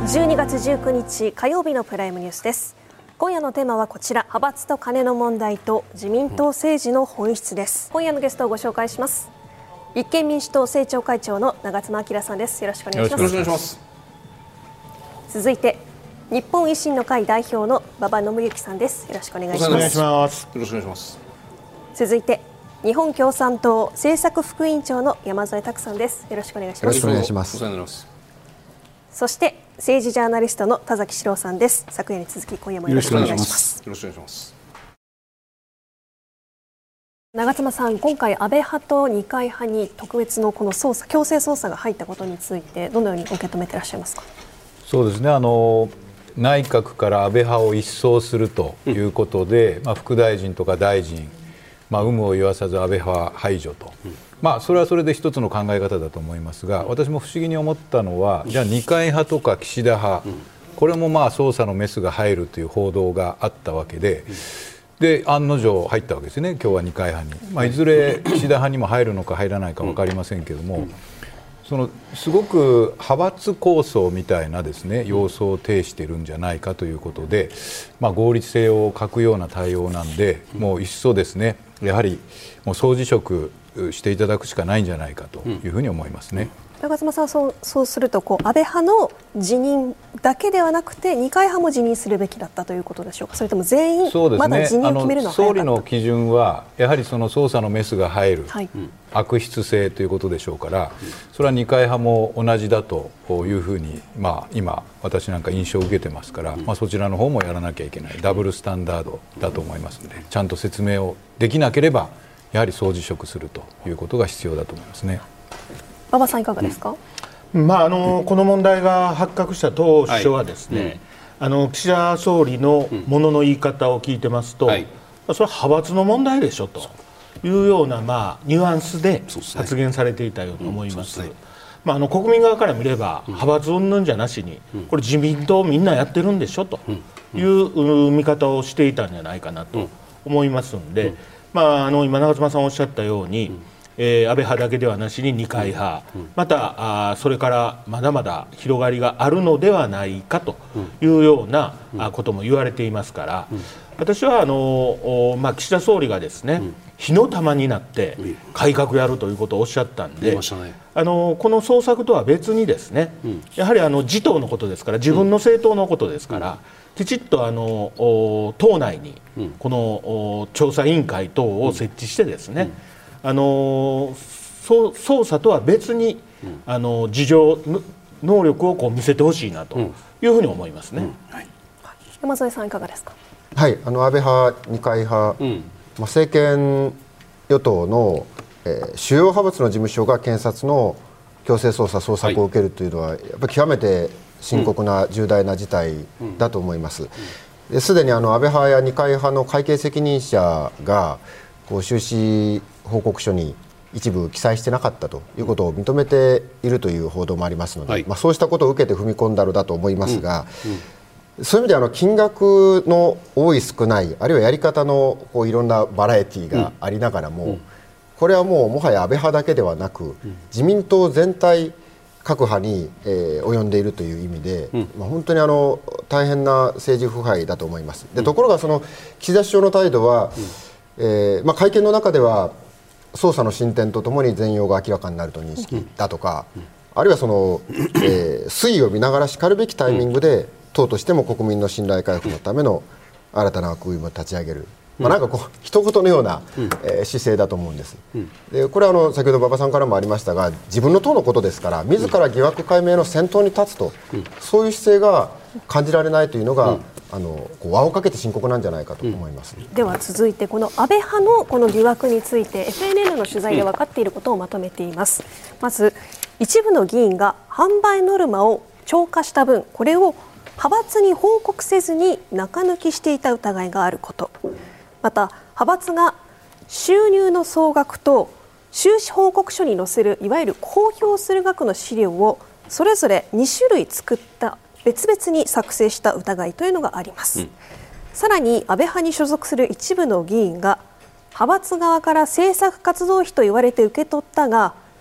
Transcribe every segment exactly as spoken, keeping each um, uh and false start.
じゅうにがつじゅうくにち火曜日のプライムニュースです。今夜のテーマはこちら、派閥と金の問題と自民党政治の本質です。今夜のゲストをご紹介します。立憲民主党政調会長の長妻昭さんです。よろしくお願いします。よろしくお願いします。続いて日本維新の会代表の馬場伸幸さんです。よろしくお願いします。 お願いします。よろしくお願いします。 続いて日本共産党政策副委員長の山添拓さんです。よろしくお願いします。 よろしくお願いします。 そして政治ジャーナリストの田崎史郎さんです。昨夜に続き今夜もよろしくお願いします。 よろしくお願いします。 長妻さん、今回安倍派と二階派に特別のこの捜査、強制捜査が入ったことについてどのように受け止めていらっしゃいますか。 そうですね、あの内閣から安倍派を一掃するということで、うん、まあ、副大臣とか大臣、まあ、有無を言わさず安倍派排除と、うん、まあ、それはそれで一つの考え方だと思いますが、私も不思議に思ったのは、じゃあ二階派とか岸田派、うん、これもまあ捜査のメスが入るという報道があったわけで、うん、で案の定入ったわけですね。今日は二階派に、まあ、いずれ岸田派にも入るのか入らないか分かりませんけれども、うんうん、そのすごく派閥構想みたいなですね様相を呈しているんじゃないかということで、まあ、合理性を欠くような対応なんで、もういっそですね、やはりもう総辞職していただくしかないんじゃないかというふうに思いますね。 長妻さん、そう、そうするとこう安倍派の辞任だけではなくて二階派も辞任するべきだったということでしょうか。それとも全員まだ辞任を決めるのは早かった。 総理の基準はやはりその捜査のメスが入る、はい、悪質性ということでしょうから、それは二階派も同じだというふうに、まあ、今私なんか印象を受けてますから、まあ、そちらの方もやらなきゃいけないダブルスタンダードだと思いますので、ちゃんと説明をできなければやはり総辞職するということが必要だと思いますね。 馬場さん、いかがですか。 うん、まあ、あのこの問題が発覚した当初はですね、はい、うん、あの岸田総理のものの言い方を聞いてますと、はい、それは派閥の問題でしょというような、まあ、ニュアンスで発言されていたように思います。まあ、あの国民側から見れば、うん、派閥云々じゃなしに、うん、これ自民党みんなやってるんでしょという見方をしていたんじゃないかなと思いますので、うん、まあ、あの今長妻さんおっしゃったように、うん、えー、安倍派だけではなしに二階派、うん、またあそれからまだまだ広がりがあるのではないかというような、うん、あことも言われていますから、うん、私はあの、まあ、岸田総理がですね、うん、火の玉になって改革やるということをおっしゃったんで、うん、あのこの捜索とは別にですね、うん、やはりあの自党のことですから、自分の政党のことですから、うん、きちっとあの党内にこの調査委員会等を設置してですね、うん、あの捜査とは別に、うん、あの事情能力をこう見せてほしいなというふうに思いますね。うんうん、はい、 山添さん、いかがですか。 はい、あの安倍派、二階派、うん、まあ、政権与党の、えー、主要派閥の事務所が検察の強制捜査捜索を受けるというのは、はい、やっぱり極めて深刻な重大な事態だと思います。すでにあの安倍派や二階派の会計責任者がこう収支報告書に一部記載してなかったということを認めているという報道もありますので、はい、まあ、そうしたことを受けて踏み込んだのだと思いますが、うんうん、そういう意味であの金額の多い少ない、あるいはやり方のこういろんなバラエティーがありながらも、うんうん、これはもうもはや安倍派だけではなく、うん、自民党全体各派に、えー、及んでいるという意味で、うん、まあ、本当にあの大変な政治腐敗だと思います。で、ところがその岸田首相の態度は、うん、えーまあ、会見の中では捜査の進展とともに全容が明らかになると認識だとか、うんうん、あるいはその、えー、推移を見ながらしかるべきタイミングで、うん、党としても国民の信頼回復のための新たな枠組みを立ち上げる、まあ、なんかこう一言のような、うん、えー、姿勢だと思うんです。うん、でこれはあの先ほど馬場さんからもありましたが、自分の党のことですから自ら疑惑解明の先頭に立つと、うん、そういう姿勢が感じられないというのが、うん、あのこう輪をかけて深刻なんじゃないかと思います。うん、 では続いてこの安倍派のこの疑惑について エフエヌエヌ の取材で分かっていることをまとめています。まず一部の議員が販売ノルマを超過した分、これを派閥に報告せずに中抜きしていた疑いがあること、また派閥が収入の総額と収支報告書に載せるいわゆる公表する額の資料をそれぞれに種類作った別々に作成した疑いというのがあります。うん、さらに安倍派に所属する一部の議員が派閥側から政策活動費と言われて受け取ったが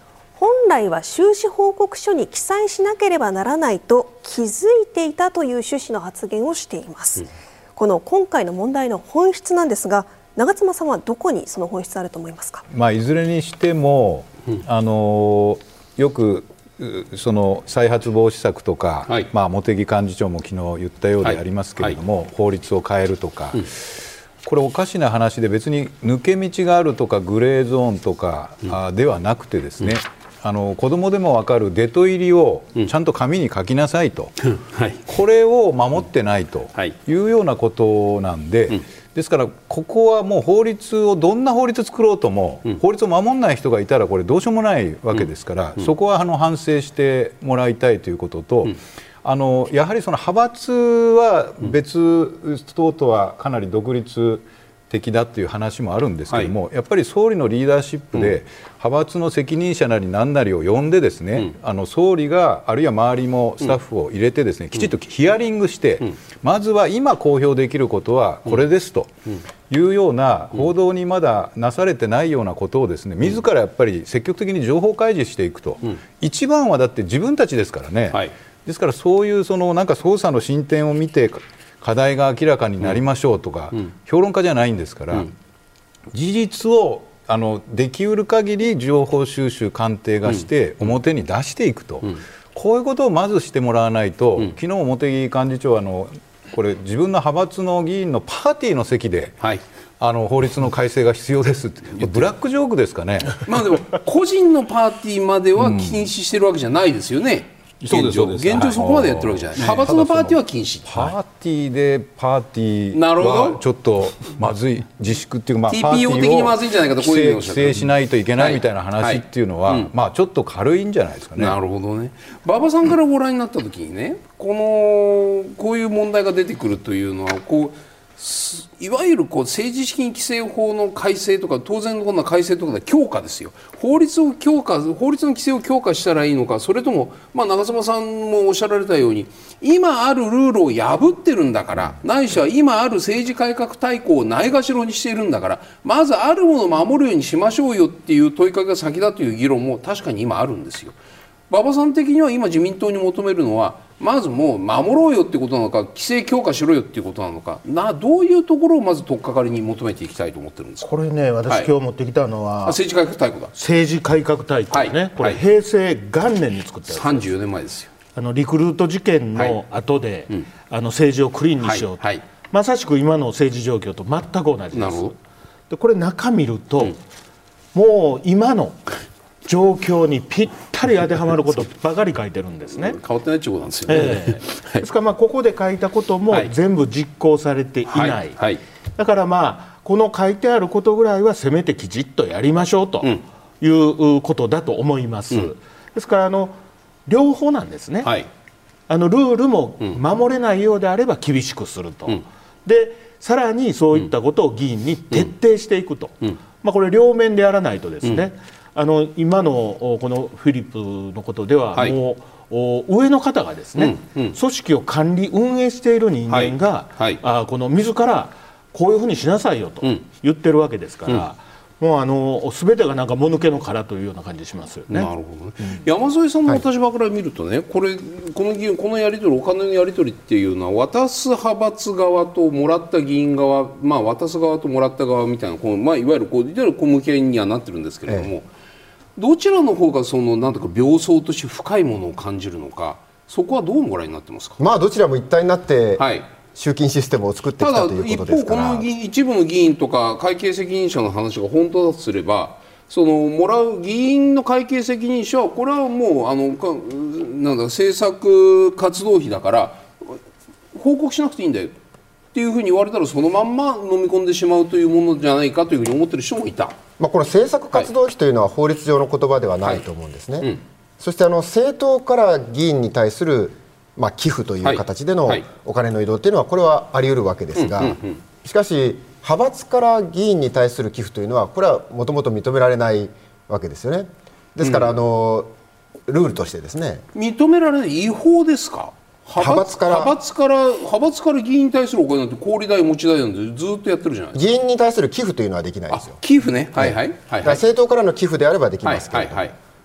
本来は収支報告書に記載しなければならないと気づいていたという趣旨の発言をしています、うん、この今回の問題の本質なんですが、長妻さんはどこにその本質あると思いますか。 まあ、いずれにしても、うん、あのよくその再発防止策とか、はい、まあ、茂木幹事長も昨日言ったようでありますけれども、はいはい、法律を変えるとか、うん、これおかしな話で、別に抜け道があるとかグレーゾーンとか、うん、ではなくてですね、うん、あの子どもでも分かる出と入りをちゃんと紙に書きなさいと、うん、はい、これを守ってないというようなことなんで、うん、ですからここはもう法律をどんな法律作ろうとも、うん、法律を守らない人がいたらこれどうしようもないわけですから、うん、そこはあの反省してもらいたいということと、うん、あのやはりその派閥は別党とはかなり独立的だという話もあるんですけども、はい、やっぱり総理のリーダーシップで、うん、派閥の責任者なり何なりを呼んでですね、うん、あの総理があるいは周りもスタッフを入れてですね、うん、きちっとヒアリングして、うん、まずは今公表できることはこれですというような報道にまだなされてないようなことをですね、自らやっぱり積極的に情報開示していくと、うん、一番はだって自分たちですからね、はい、ですからそういうそのなんか捜査の進展を見て課題が明らかになりましょうとか、うん、評論家じゃないんですから、うん、事実をあのできうる限り情報収集鑑定がして表に出していくと、うん、こういうことをまずしてもらわないと、うん、昨日茂木幹事長はあのこれ自分の派閥の議員のパーティーの席で、はい、あの法律の改正が必要ですってブラックジョークですかね。 まあでも個人のパーティーまでは禁止してるわけじゃないですよね、うん、現状、現状そこまでやってるわけじゃない、はい、派閥のパーティーは禁止、 パーティーでパーティーはちょっとまずい自粛っていうか、まあ、 ティーピーオー 的にまずいんじゃないかとこういう規制しないといけないみたいな話っていうのは、はいはい、まあ、ちょっと軽いんじゃないですかね。 なるほどね。馬場さんからご覧になった時にね、このこういう問題が出てくるというのはこういわゆるこう政治資金規正法の改正とか、当然のこんな改正とかで強化ですよ。法律を強化、法律の規制を強化したらいいのか、それとも、まあ、長妻さんもおっしゃられたように今あるルールを破ってるんだから、ないしは今ある政治改革大綱をないがしろにしているんだから、まずあるものを守るようにしましょうよっていう問いかけが先だという議論も確かに今あるんですよ。馬場さん的には今自民党に求めるのは、まずもう守ろうよってことなのか、規制強化しろよっていうことなのかな、どういうところをまず取っかかりに求めていきたいと思ってるんですか。 これね、私、はい、今日持ってきたのは政治改革大綱だ。 政治改革大綱ね、はい、これ平成元年に作ったやつ、 さんじゅうよねんまえですよ。 あのリクルート事件の後で、はい、うん、あの政治をクリーンにしようと、はいはい、まさしく今の政治状況と全く同じです。なるほど。でこれ中見ると、うん、もう今の状況にぴったり当てはまることばかり書いてるんですね。 変わってないってことなんですよね、 えー、ですからまあここで書いたことも全部実行されていない、はいはいはい、だからまあこの書いてあることぐらいはせめてきちっとやりましょうということだと思います、うん、ですからあの両方なんですね、はい、あのルールも守れないようであれば厳しくすると、うん、でさらにそういったことを議員に徹底していくと、うんうん、まあ、これ両面でやらないとですね、うん、あの今のこのフィリップのことではもう、はい、上の方がですね、うんうん、組織を管理運営している人間が、はいはい、あこの自らこういうふうにしなさいよと言ってるわけですから、うん、もうあの全てがなんかもぬけの殻というような感じしますよね。 なるほどね、うん、山添さんのお立場から見るとね、はい、これこの議員このやり取り、お金のやり取りっていうのは渡す派閥側ともらった議員側、まあ、渡す側ともらった側みたいなこの、まあ、いわゆるこういわゆる小向けにはなってるんですけれども、ええ、どちらの方がそのなんとか病巣として深いものを感じるのか、そこはどうご覧になってますか。 まあどちらも一体になって、はい、集金システムを作ってきたということですから。 ただ一方この一部の議員とか会計責任者の話が本当だとすれば、そのもらう議員の会計責任者はこれはもうあのなんだ政策活動費だから報告しなくていいんだよっていうふうに言われたら、そのまんま飲み込んでしまうというものじゃないかというふうに思っている人もいた。 まあ、この政策活動費というのは法律上の言葉ではないと思うんですね、はい、うん、そしてあの政党から議員に対するまあ寄付という形でのお金の移動というのはこれはあり得るわけですが、しかし派閥から議員に対する寄付というのはこれはもともと認められないわけですよね。ですからあのルールとしてですね、 認められない、違法ですか。派閥から派閥から派閥から議員に対するお金なんて小売代持ち代なんてずっとやってるじゃないですか。 議員に対する寄付というのはできないですよ。 寄付ね、はいはい、はいはい、 政党からの寄付であればできますけれども、はいはいはい、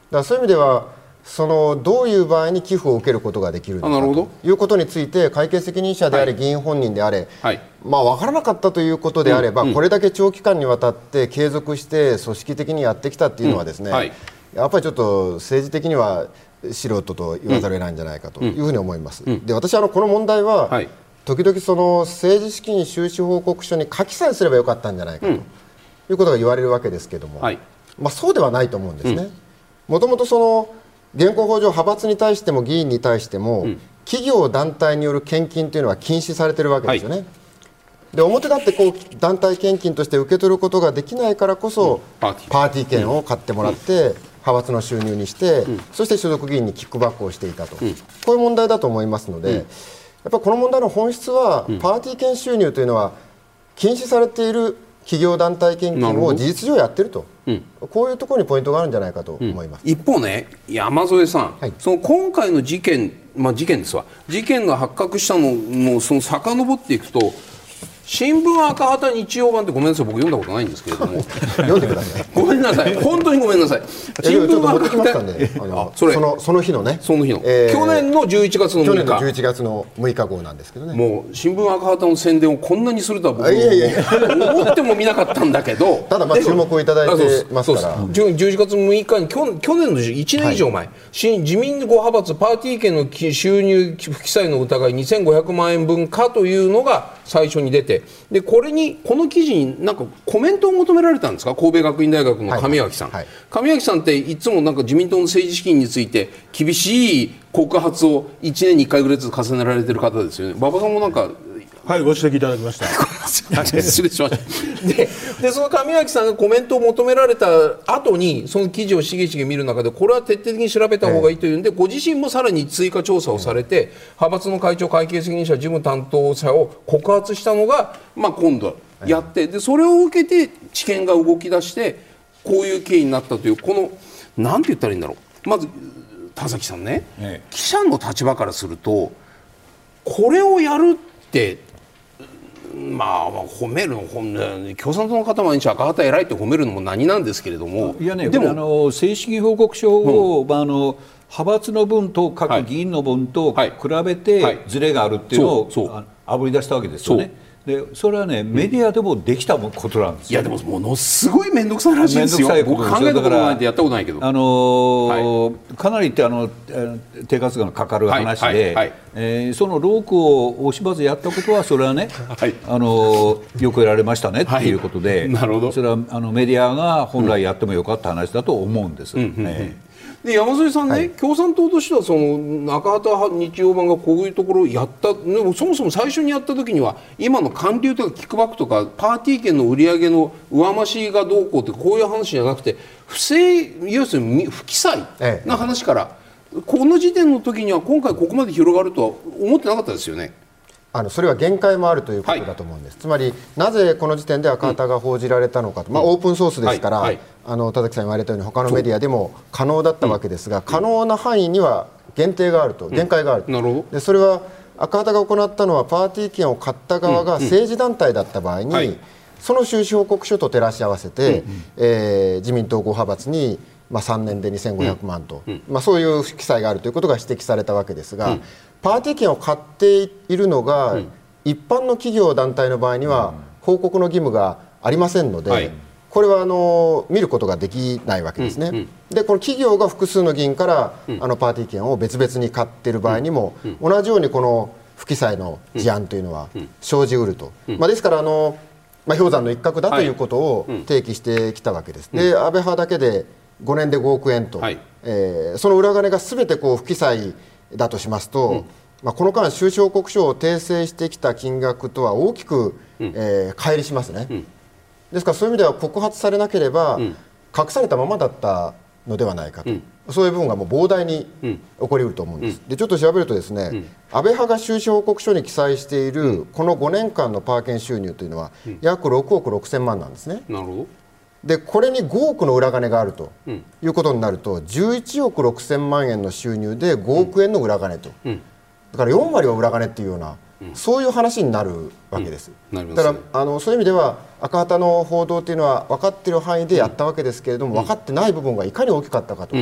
からそういう意味ではそのどういう場合に寄付を受けることができるのかということについて会計責任者であれ、はい、議員本人であれ、はい、まあ、分からなかったということであれば、うんうん、これだけ長期間にわたって継続して組織的にやってきたというのはですね、うん、はい、やっぱりちょっと政治的には素人と言わざるを得ないんじゃないかというふうに思います。うんうん、で私はあのこの問題は、はい、時々その政治資金収支報告書に書きさえすればよかったんじゃないかということが言われるわけですけれども、はい、まあ、そうではないと思うんですね。もともとその現行法上派閥に対しても議員に対しても、うん、企業団体による献金というのは禁止されているわけですよね。はい、で表立ってこう団体献金として受け取ることができないからこそ、うん、パーティー、パーティー券を買ってもらって、うん、派閥の収入にして、うん、そして所属議員にキックバックをしていたと、うん、こういう問題だと思いますので、うん、やっぱりこの問題の本質は、うん、パーティー券収入というのは禁止されている企業団体献金を事実上やっていると、うん、こういうところにポイントがあるんじゃないかと思います。 うん、一方ね、山添さん、はい、その今回の事件、まあ、事件ですわ、事件が発覚したのもその遡っていくと、新聞赤旗日曜版ってごめんなさい、僕読んだことないんですけれども読んでください。 ごめんなさい、本当にごめんなさい。 新聞赤旗で、あのそれそのその日のね、 その日の、えー、去年のじゅういちがつのむいか、 去年のじゅういちがつのむいか号なんですけどね。 もう新聞赤旗の宣伝をこんなにするとは僕は思ってもみなかったんだけど、 ただまあ注目をいただいてますから、 じゅういちがつむいかに去去年のいちねん以上前、はい、新自民ご派閥パーティー券の収入不記載の疑いにせんごひゃくまんえんぶんかというのが最初に出て、でこれにこの記事になんかコメントを求められたんですか、神戸学院大学の上脇さん、はいはい、上脇さんっていつもなんか自民党の政治資金について厳しい告発をいちねんにいっかいぐらいずつ重ねられている方ですよね。馬場さんもなんか、 はい、ご指摘いただきました失礼しましたで, でその上脇さんがコメントを求められた後にその記事をしげしげ見る中で、これは徹底的に調べた方がいいというんで、えー、ご自身もさらに追加調査をされて、派閥の会長、会計責任者、事務担当者を告発したのが、まあ、今度やって、でそれを受けて知見が動き出してこういう経緯になったという、このなんて言ったらいいんだろう。まず田崎さんね、ええ、記者の立場からするとこれをやるってまあ、まあ褒めるの共産党の方毎日赤旗偉いって褒めるのも何なんですけれども、 いやね、でもあの正式報告書を、うん、まあ、あの派閥の分と各議員の分と比べてズレがあるっていうのをあぶり出したわけですよね。でそれはね、メディアでもできたことなんですよ。 いやでもものすごい面倒くさいらしいですよ。僕考えたことないんでやったことないけど、 あのーはい、かなりってあの低活がのかかる話で、はいはいはい、えー、その労苦を惜しまずやったことはそれはね、はい、あのー、よくやられましたねっていうことで、はい、なるほど、それはあのメディアが本来やってもよかった話だと思うんです。うんうんうん、えーで山添さんね、はい、共産党としてはその赤旗日曜版がこういうところをやった、でもそもそも最初にやった時には今の還流とかキックバックとかパーティー券の売り上げの上増しがどうこうってこういう話じゃなくて、不正要するに不記載な話から、ええ、この時点の時には今回ここまで広がるとは思ってなかったですよね。 あのそれは限界もあるということだと思うんです。はい、つまりなぜこの時点で赤旗が報じられたのかと、うん、まあ、オープンソースですから、はいはい、あの田崎さん言われたように他のメディアでも可能だったわけですが、可能な範囲には限定があると、限界があると、うん、なるほど。でそれは赤旗が行ったのはパーティー券を買った側が政治団体だった場合に、うんうん、はい、その収支報告書と照らし合わせて、うんうん、えー、自民党ご派閥にまあ、さんねんでにせんごひゃくまんと、うん、まあ、そういう記載があるということが指摘されたわけですが、うん、パーティー券を買っているのが、うん、一般の企業団体の場合には報告の義務がありませんので、はい、これはあの見ることができないわけですね。うんうん、でこの企業が複数の議員から、うん、あのパーティー券を別々に買っている場合にも、うんうん、同じようにこの不記載の事案というのは生じうると、うんうん、まあ、ですからあの、まあ、氷山の一角だということを提起してきたわけです。で安倍派だけでごねんでごおくえんと、はい、えー、その裏金がすべてこう不記載だとしますと、うん、まあ、この間収支報告書を訂正してきた金額とは大きく、うん、えー、乖離しますね。うん、ですからそういう意味では告発されなければ、うん、隠されたままだったのではないかと、うん、そういう部分がもう膨大に起こりうると思うんです。うん、でちょっと調べるとですね、うん、安倍派が収支報告書に記載しているこのごねんかんのパー券収入というのは約ろくおくろくせんまんなんですね。 なるほど。 でこれにごおくの裏金があるということになると、じゅういちおくろくせんまんえんの収入でごおくえんの裏金と、うん、だからよんわりは裏金っていうような、うん、そういう話になるわけです。うん、だからあのそういう意味では赤旗の報道というのは分かっている範囲でやったわけですけれども、うん、分かってない部分がいかに大きかったかという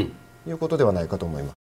いうことではないかと思います。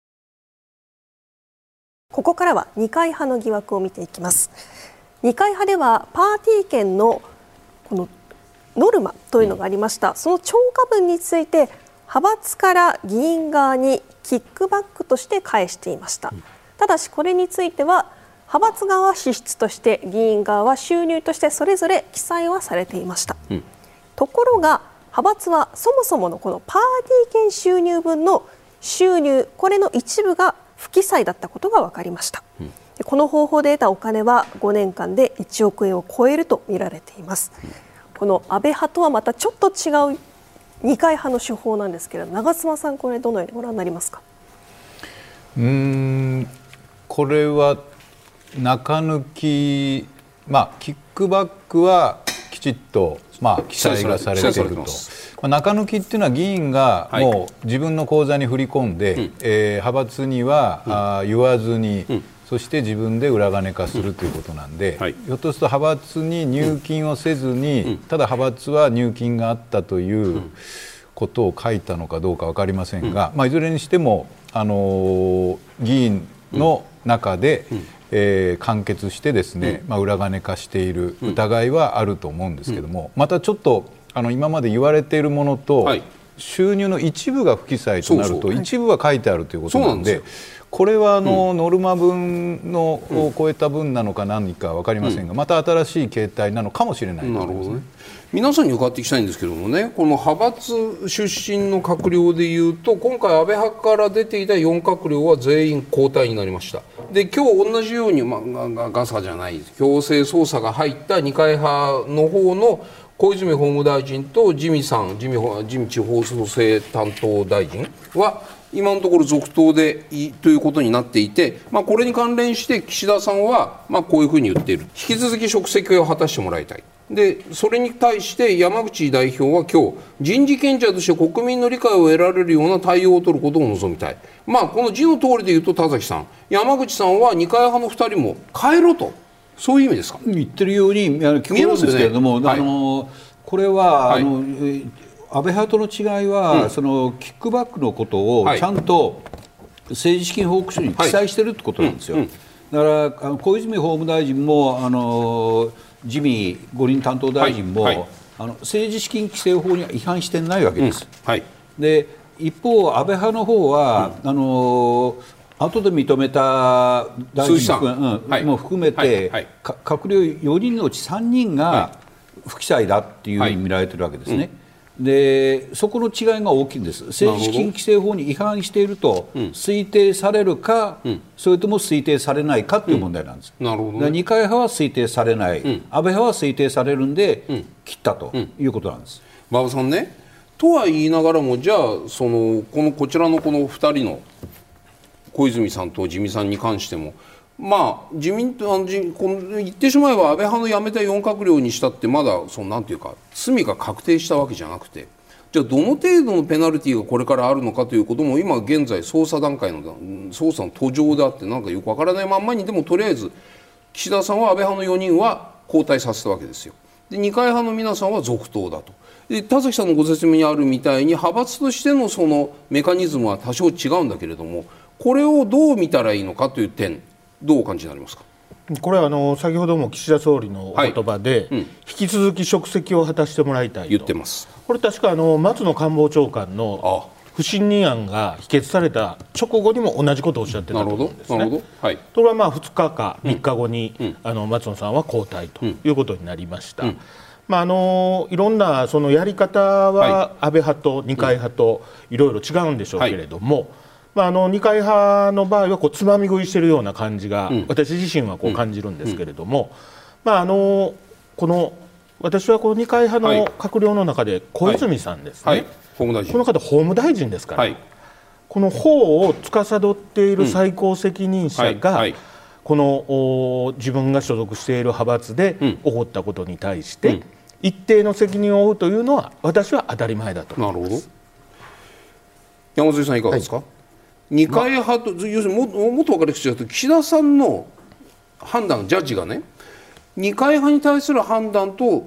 ここからは二階派の疑惑を見ていきます。二階派ではパーティー券のこのノルマというのがありました。その超過分について派閥から議員側にキックバックとして返していました。ただしこれについては派閥側は支出として議員側は収入としてそれぞれ記載はされていました、うん、ところが派閥はそもそものこのパーティー券収入分の収入これの一部が不記載だったことが分かりました、うん、この方法で得たお金はごねんかんでいちおくえんを超えると見られています、うん、この安倍派とはまたちょっと違う二階派の手法なんですけれど長妻さんこれどのようにご覧になりますか。 うーんこれは中抜き、まあ、キックバックはきちっと、まあ、記載がされていると、まあ、中抜きっていうのは議員がもう自分の口座に振り込んで、はいえー、派閥には、うん、あ言わずに、うん、そして自分で裏金化するということなんで、うんはい、ひょっとすると派閥に入金をせずに、うん、ただ派閥は入金があったということを書いたのかどうか分かりませんが、うんまあ、いずれにしても、あのー、議員の中で、うんえー、完結してですね、うんまあ、裏金化している疑いはあると思うんですけども、うん、またちょっとあの今まで言われているものと、はい、収入の一部が不記載となるとそうそう一部は書いてあるということなので、これはあの、うん、ノルマ分のを超えた分なのか何か分かりませんが、うん、また新しい形態なのかもしれないと思いますね。なるほどね。 皆さんに伺っていきたいんですけどもね、この派閥出身の閣僚でいうと今回安倍派から出ていたよん閣僚は全員交代になりました。で今日同じように、まあ、ガサじゃない強制捜査が入った二階派の方の小泉法務大臣と自見さん自見、自見地方創生担当大臣は今のところ続投でいいということになっていて、まあ、これに関連して岸田さんはまあこういうふうに言っている。引き続き職責を果たしてもらいたい。でそれに対して山口代表は今日人事権者として国民の理解を得られるような対応を取ることを望みたい。まあこの字の通りで言うと田崎さん山口さんは二階派のふたりも変えろとそういう意味ですか。 言ってるように聞こえるんですけれども、ねはい、あのこれは、はい、あの安倍派との違いは、うん、そのキックバックのことをちゃんと政治資金報告書に記載してるってことなんですよ、はいうんうん、だからあの小泉法務大臣もあの自民五輪担当大臣も、はいはい、あの政治資金規正法には違反してないわけです、うんはい、で一方安倍派の方は、うん、あの後で認めた大臣も、うんはい、も含めて、はいはい、閣僚よにんのうちさんにんが不記載だっていうふうに見られてるわけですね、はいうん、でそこの違いが大きいんです。政治資金規正法に違反していると推定されるか、うん、それとも推定されないかという問題なんです、うん、なるほどね、二階派は推定されない、うん、安倍派は推定されるんで、うん、切ったということなんです。 馬場さんね、とは言いながらもじゃあそのこのこちらのこのふたりの小泉さんと自見さんに関してもまあ自民党言ってしまえば安倍派の辞めたよん閣僚にしたってまだそのなんていうか罪が確定したわけじゃなくて、じゃあどの程度のペナルティーがこれからあるのかということも今現在捜査段階の捜査の途上であってなんかよくわからないまんまにでもとりあえず岸田さんは安倍派のよにんは交代させたわけですよ。で二階派の皆さんは続投だと。で田崎さんのご説明にあるみたいに派閥としてのそのメカニズムは多少違うんだけれども、これをどう見たらいいのかという点どうお感じになりますか。 これはあの先ほども岸田総理のお言葉で、はいうん、引き続き職責を果たしてもらいたいと言ってます。 これ確かあの松野官房長官の不信任案が否決された直後にも同じことをおっしゃってたと思うんですね。なるほど、はい、それはまあふつかかみっかごに、うん、あの松野さんは交代ということになりました、うんまあ、あのいろんなそのやり方は安倍派と二階派といろいろ違うんでしょうけれども、はいまあ、あの二階派の場合はこうつまみ食いしているような感じが、うん、私自身はこう感じるんですけれども、うんまあ、あのこの私はこの二階派の閣僚の中で小泉さんですね、はいはい、法務大臣この方法務大臣ですから、はい、この法を司っている最高責任者が、うんはいはい、この自分が所属している派閥で起こったことに対して、うん、一定の責任を負うというのは私は当たり前だと思います。なるほど。 山添さんいかがですか。はい二階派と、要するに も, もっと分かりやすく言うと岸田さんの判断ジャッジがね二階派に対する判断と安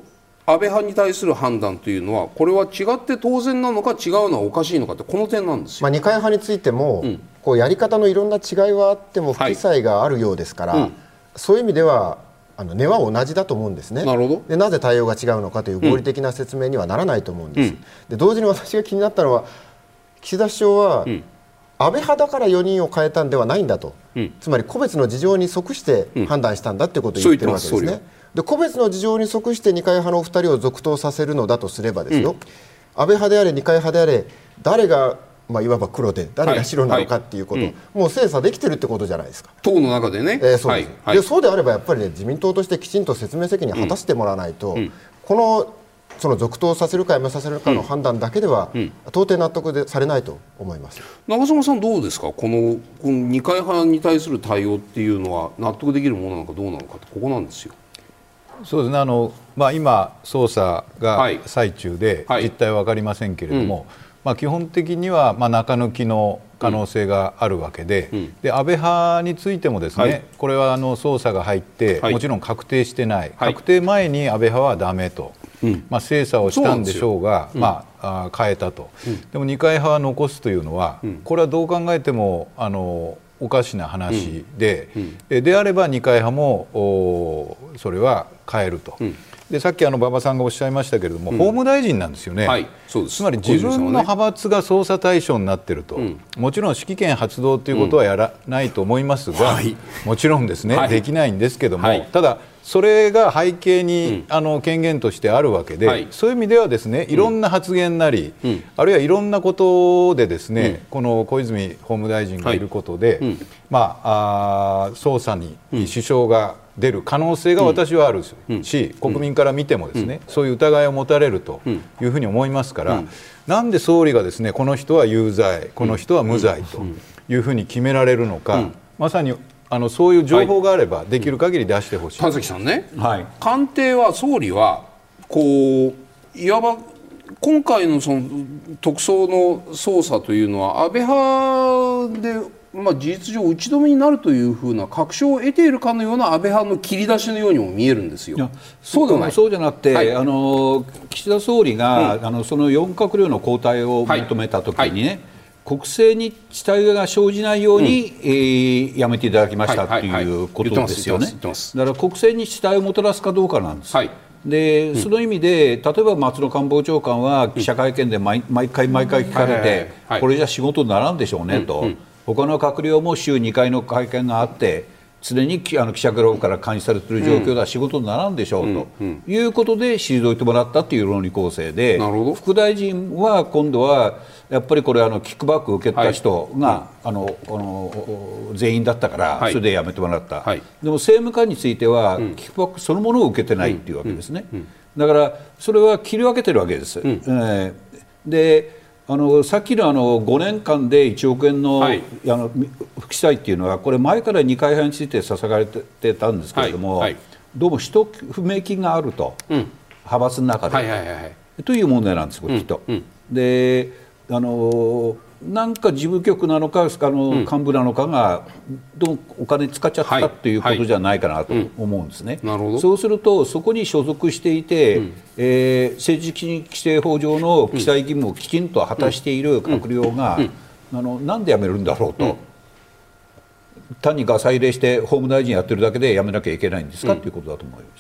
安倍派に対する判断というのはこれは違って当然なのか違うのはおかしいのかってこの点なんですよ。 まあ、二階派についても、うん、こうやり方のいろんな違いはあっても不記載があるようですから、はい、うん、そういう意味ではあの根は同じだと思うんですね。 なるほど。 でなぜ対応が違うのかという合理的な説明にはならないと思うんです、うん、で同時に私が気になったのは岸田首相は、うん、安倍派だからよにんを変えたんではないんだと、うん、つまり個別の事情に即して判断したんだということを言ってるわけですね。で個別の事情に即して二階派のお二人を続投させるのだとすればですよ、うん、安倍派であれ二階派であれ誰が、まあ、いわば黒で誰が白なのかっていうこと、はいはい、うん、もう精査できてるってことじゃないですか、 党の中でね、 えー、そうです、はいはい、でそうであればやっぱり、ね、自民党としてきちんと説明責任を果たしてもらわないと、うん、このその続投させるかやめさせるかの判断だけでは、うん、到底納得でされないと思います。 長嶋さんどうですか、この、この二階派に対する対応っていうのは納得できるものなのかどうなのかってここなんですよ。 そうですね、あの、まあ、今捜査が最中で、はい、実態は分かりませんけれども、はい、うん、まあ、基本的にはまあ中抜きの可能性があるわけで、うん、で安倍派についてもですね、はい、これはあの捜査が入って、はい、もちろん確定してない、はい、確定前に安倍派はダメと、うん、まあ、精査をしたんでしょうが、う、まあ、あ変えたと、うん、でも二階派は残すというのは、うん、これはどう考えてもあのおかしな話で、うんうん、であれば二階派もそれは変えると、うん、でさっきあの馬場さんがおっしゃいましたけれども、うん、法務大臣なんですよね、はい、そうです。つまり自分の派閥が捜査対象になっていると、うん、もちろん指揮権発動ということはやらないと思いますが、うん、はい、もちろんですね、はい、できないんですけども、はい、ただそれが背景に、うん、あの権限としてあるわけで、はい、そういう意味ではですね、いろんな発言なり、うん、あるいはいろんなことでですね、うん、この小泉法務大臣がいることで、はい、うん、まあ、あ捜査に支障が出る可能性が私はあるし、うん、国民から見てもですね、うん、そういう疑いを持たれるというふうに思いますから、うん、なんで総理がですね、この人は有罪、この人は無罪というふうに決められるのか、うん、まさにあのそういう情報があればできる限り出してほしい。 田崎さんね、はい、官邸は総理はこういわば今回のその特捜の捜査というのは安倍派で、まあ、事実上打ち止めになるというふうな確証を得ているかのような安倍派の切り出しのようにも見えるんですよ。 そうではない。そうじゃなくて、はい、あの岸田総理が、うん、あのそのよん閣僚の交代を求めたときにね、はいはい、国政に遅滞が生じないように、うん、えー、やめていただきましたということですよね。だから国政に遅滞をもたらすかどうかなんです。はい、で、うん、その意味で例えば松野官房長官は記者会見で 毎, 毎回毎回聞かれて、これじゃ仕事にならんでしょうねと、うんうん、他の閣僚も週にかいの会見があって常にあの記者から監視されている状況では仕事にならんでしょう、うん、ということで退いてもらったという論理構成で、副大臣は今度はやっぱりこれあのキックバックを受けた人が、はい、あのあの全員だったから、はい、それで辞めてもらった、はい、でも政務官については、うん、キックバックそのものを受けてないというわけですね、うんうんうん、だからそれは切り分けてるわけです、うん、えー、であのさっきのあのごねんかんでいちおくえんの、はい、あの不記載っていうのはこれ前から二階派についてささがれてたんですけれども、はいはい、どうも使途不明金があると、うん、派閥の中で、はいはいはいはい、という問題なんです、これきっと。うんうん、であのなんか事務局なのかあの幹部なのかがどうお金使っちゃったということじゃないかなと思うんですね。なるほど。そうするとそこに所属していて、うん、えー、政治規正法上の記載義務をきちんと果たしている閣僚が、うんうん、あのなんで辞めるんだろうと、うん、単にガサ入れして法務大臣やってるだけで辞めなきゃいけないんですか、うん、ということだと思います。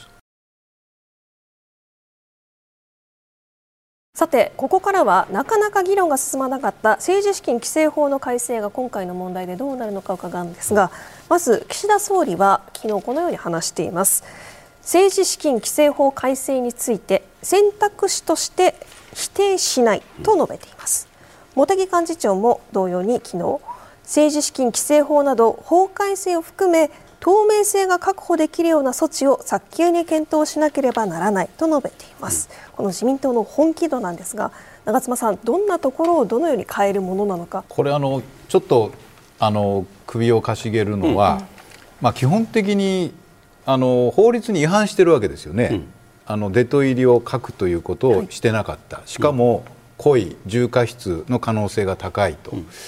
さてここからはなかなか議論が進まなかった政治資金規正法の改正が今回の問題でどうなるのか伺うんですが、まず岸田総理は昨日このように話しています。政治資金規正法改正について選択肢として否定しないと述べています。茂木幹事長も同様に昨日政治資金規正法など法改正を含め透明性が確保できるような措置を早急に検討しなければならないと述べています。うん、この自民党の本気度なんですが、長妻さん、どんなところをどのように変えるものなのか。 これあのちょっとあの首をかしげるのは、うんうん、まあ、基本的にあの法律に違反しているわけですよね。うん、あのデト入りを書くということをしてなかった、はい、しかも故意重過失の可能性が高いと。うん、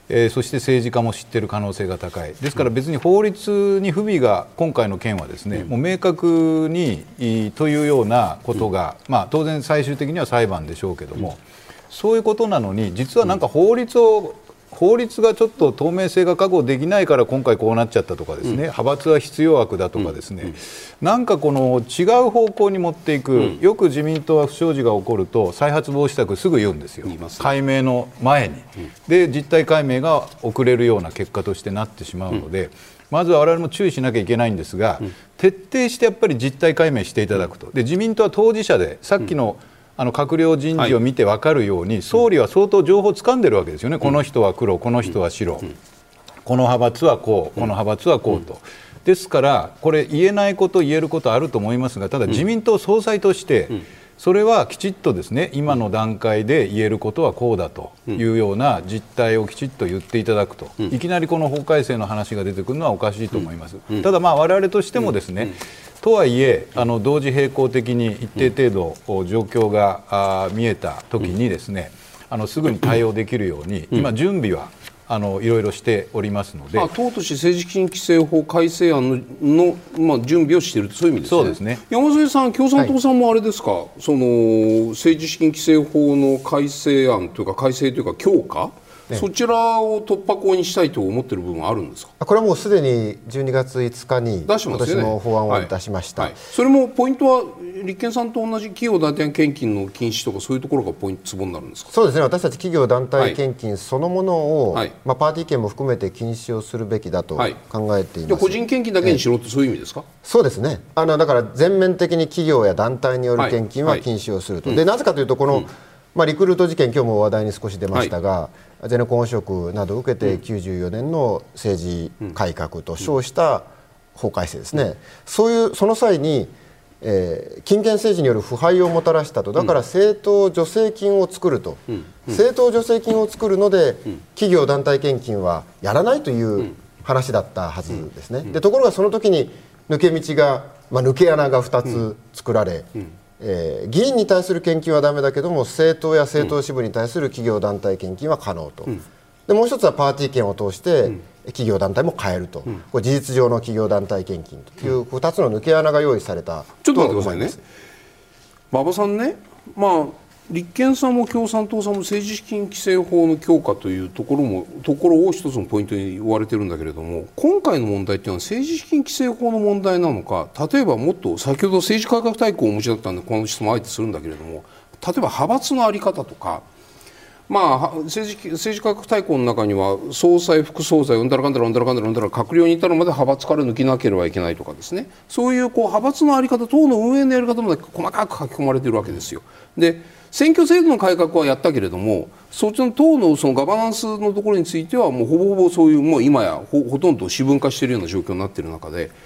えー、そして政治家も知っている可能性が高い。ですから別に法律に不備が今回の件はですね、うん、もう明確にというようなことが、うん、まあ、当然最終的には裁判でしょうけども、うん、そういうことなのに実はなんか法律を法律がちょっと透明性が確保できないから今回こうなっちゃったとかですね、うん、派閥は必要悪だとかですね、うん、なんかこの違う方向に持っていく、うん、よく自民党は不祥事が起こると再発防止策すぐ言うんですよ、解明の前に、うん、で実態解明が遅れるような結果としてなってしまうので、うん、まずは我々も注意しなきゃいけないんですが、うん、徹底してやっぱり実態解明していただくと。で自民党は当事者でさっきの、うん、あの閣僚人事を見て分かるように、はい、総理は相当情報を掴んでるわけですよね、うん、この人は黒、この人は白、うん、この派閥はこう、この派閥はこうと、うん、ですからこれ言えないこと言えることあると思いますが、ただ自民党総裁としてそれはきちっとですね、今の段階で言えることはこうだというような実態をきちっと言っていただくと、いきなりこの法改正の話が出てくるのはおかしいと思います。ただまあ我々としてもですね、とはいえあの同時並行的に一定程度状況があ見えたときにですね、あのすぐに対応できるように今準備はあのいろいろしておりますので、 あ党として政治資金規正法改正案 の, の、まあ、準備をしていると、そういう意味ですね。 そうですね。 山添さん、共産党さんもあれですか、はい、その政治資金規正法の改正案というか改正というか強化、ね、そちらを突破口にしたいと思っている部分はあるんですか。 これはもうすでにじゅうにがついつかに今年の法案を出しました、はいはい、 それもポイントは立憲さんと同じ企業団体献金の禁止とかそういうところがポイントツボになるんですか。 そうですね、私たち企業団体献金そのものを、はい、まあ、パーティー券も含めて禁止をするべきだと考えています、はい、 じゃあ個人献金だけにしろってそういう意味ですか。 そうですね、あのだから全面的に企業や団体による献金は禁止をすると、はいはい、でなぜかというとこの、うん、まあ、リクルート事件、今日も話題に少し出ましたが、はい、ゼネコン汚職などを受けてきゅうじゅうよねんの政治改革と称した法改正ですね、うん、そういうその際に、えー、金権政治による腐敗をもたらしたと、だから政党助成金を作ると、うんうん、政党助成金を作るので、うん、企業団体献金はやらないという話だったはずですね、うんうん、でところがその時に抜け道が、まあ、抜け穴がふたつ作られ、うんうん、えー、議員に対する献金はダメだけども政党や政党支部に対する企業団体献金は可能と、うん、でもう一つはパーティー券を通して、うん、企業団体も買えると、うん、これ事実上の企業団体献金というふたつの抜け穴が用意されたと思います。ちょっと待ってくださいね、馬場さんね、まあ立憲さんも共産党さんも政治資金規正法の強化というところもところを一つのポイントに言われてるんだけれども、今回の問題というのは政治資金規正法の問題なのか、例えばもっと先ほど政治改革大綱をお持ちだったんでこの質問をあえてするんだけれども、例えば派閥の在り方とか、まあ、政治、政治改革大綱の中には総裁、副総裁、うんだらかんだらうんだらかんだらうんだら閣僚に至るまで派閥から抜きなければいけないとかですね、そういうこう派閥の在り方、党の運営のやり方まで細かく書き込まれているわけですよ。で選挙制度の改革はやったけれども、そっちの党のそのガバナンスのところについてはもうほぼほぼそういう、もう今や ほ, ほとんど私分化しているような状況になっている中で、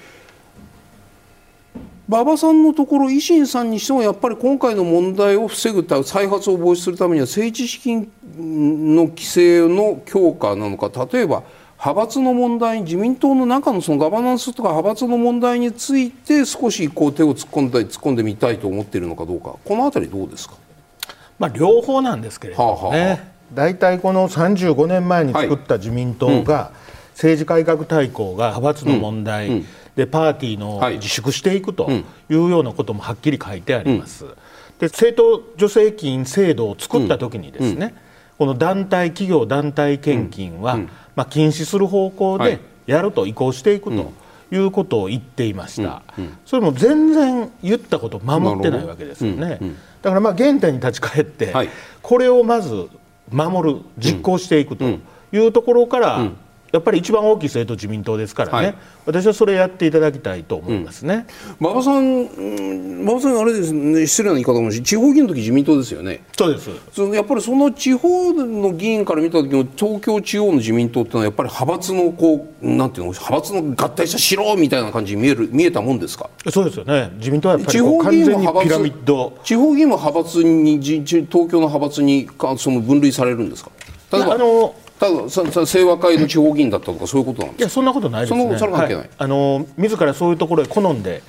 馬場さんのところ維新さんにしてもやっぱり今回の問題を防ぐため、再発を防止するためには政治資金の規制の強化なのか、例えば派閥の問題、自民党の中のそのガバナンスとか派閥の問題について少しこう手を突っ込んだり突っ込んでみたいと思っているのかどうか、このあたりどうですか。 まあ、両方なんですけれどもね、大体このさんじゅうごねんまえに作った自民党が政治改革大綱が派閥の問題でパーティーの自粛していくというようなこともはっきり書いてあります。で政党助成金制度を作った時にですね、この団体企業団体献金はまあ禁止する方向でやると移行していくということを言っていました。それも全然言ったことを守ってないわけですよね。だからまあ原点に立ち返って、はい、これをまず守る、実行していくというところから、うんうん、やっぱり一番大きい政党自民党ですからね、はい、私はそれやっていただきたいと思いますね。 馬場さん、馬場さんあれですね、失礼な言い方かもしれない、地方議員の時自民党ですよね。 そうです。 そのやっぱりその地方の議員から見た時の東京地方の自民党ってのはやっぱり派閥のこうなんていうの、派閥の合体した城みたいな感じに見える見えたもんですか。 そうですよね。自民党はやっぱりこう完全にピラミッド。 地方議員も派閥に東京の派閥にその分類されるんですか。例えばあのただささ清和会の地方議員だったとかそういうことなんですか。 いやそんなことないですね。 そのそれ関係ない、 はい、あの自らそういうところへ好んで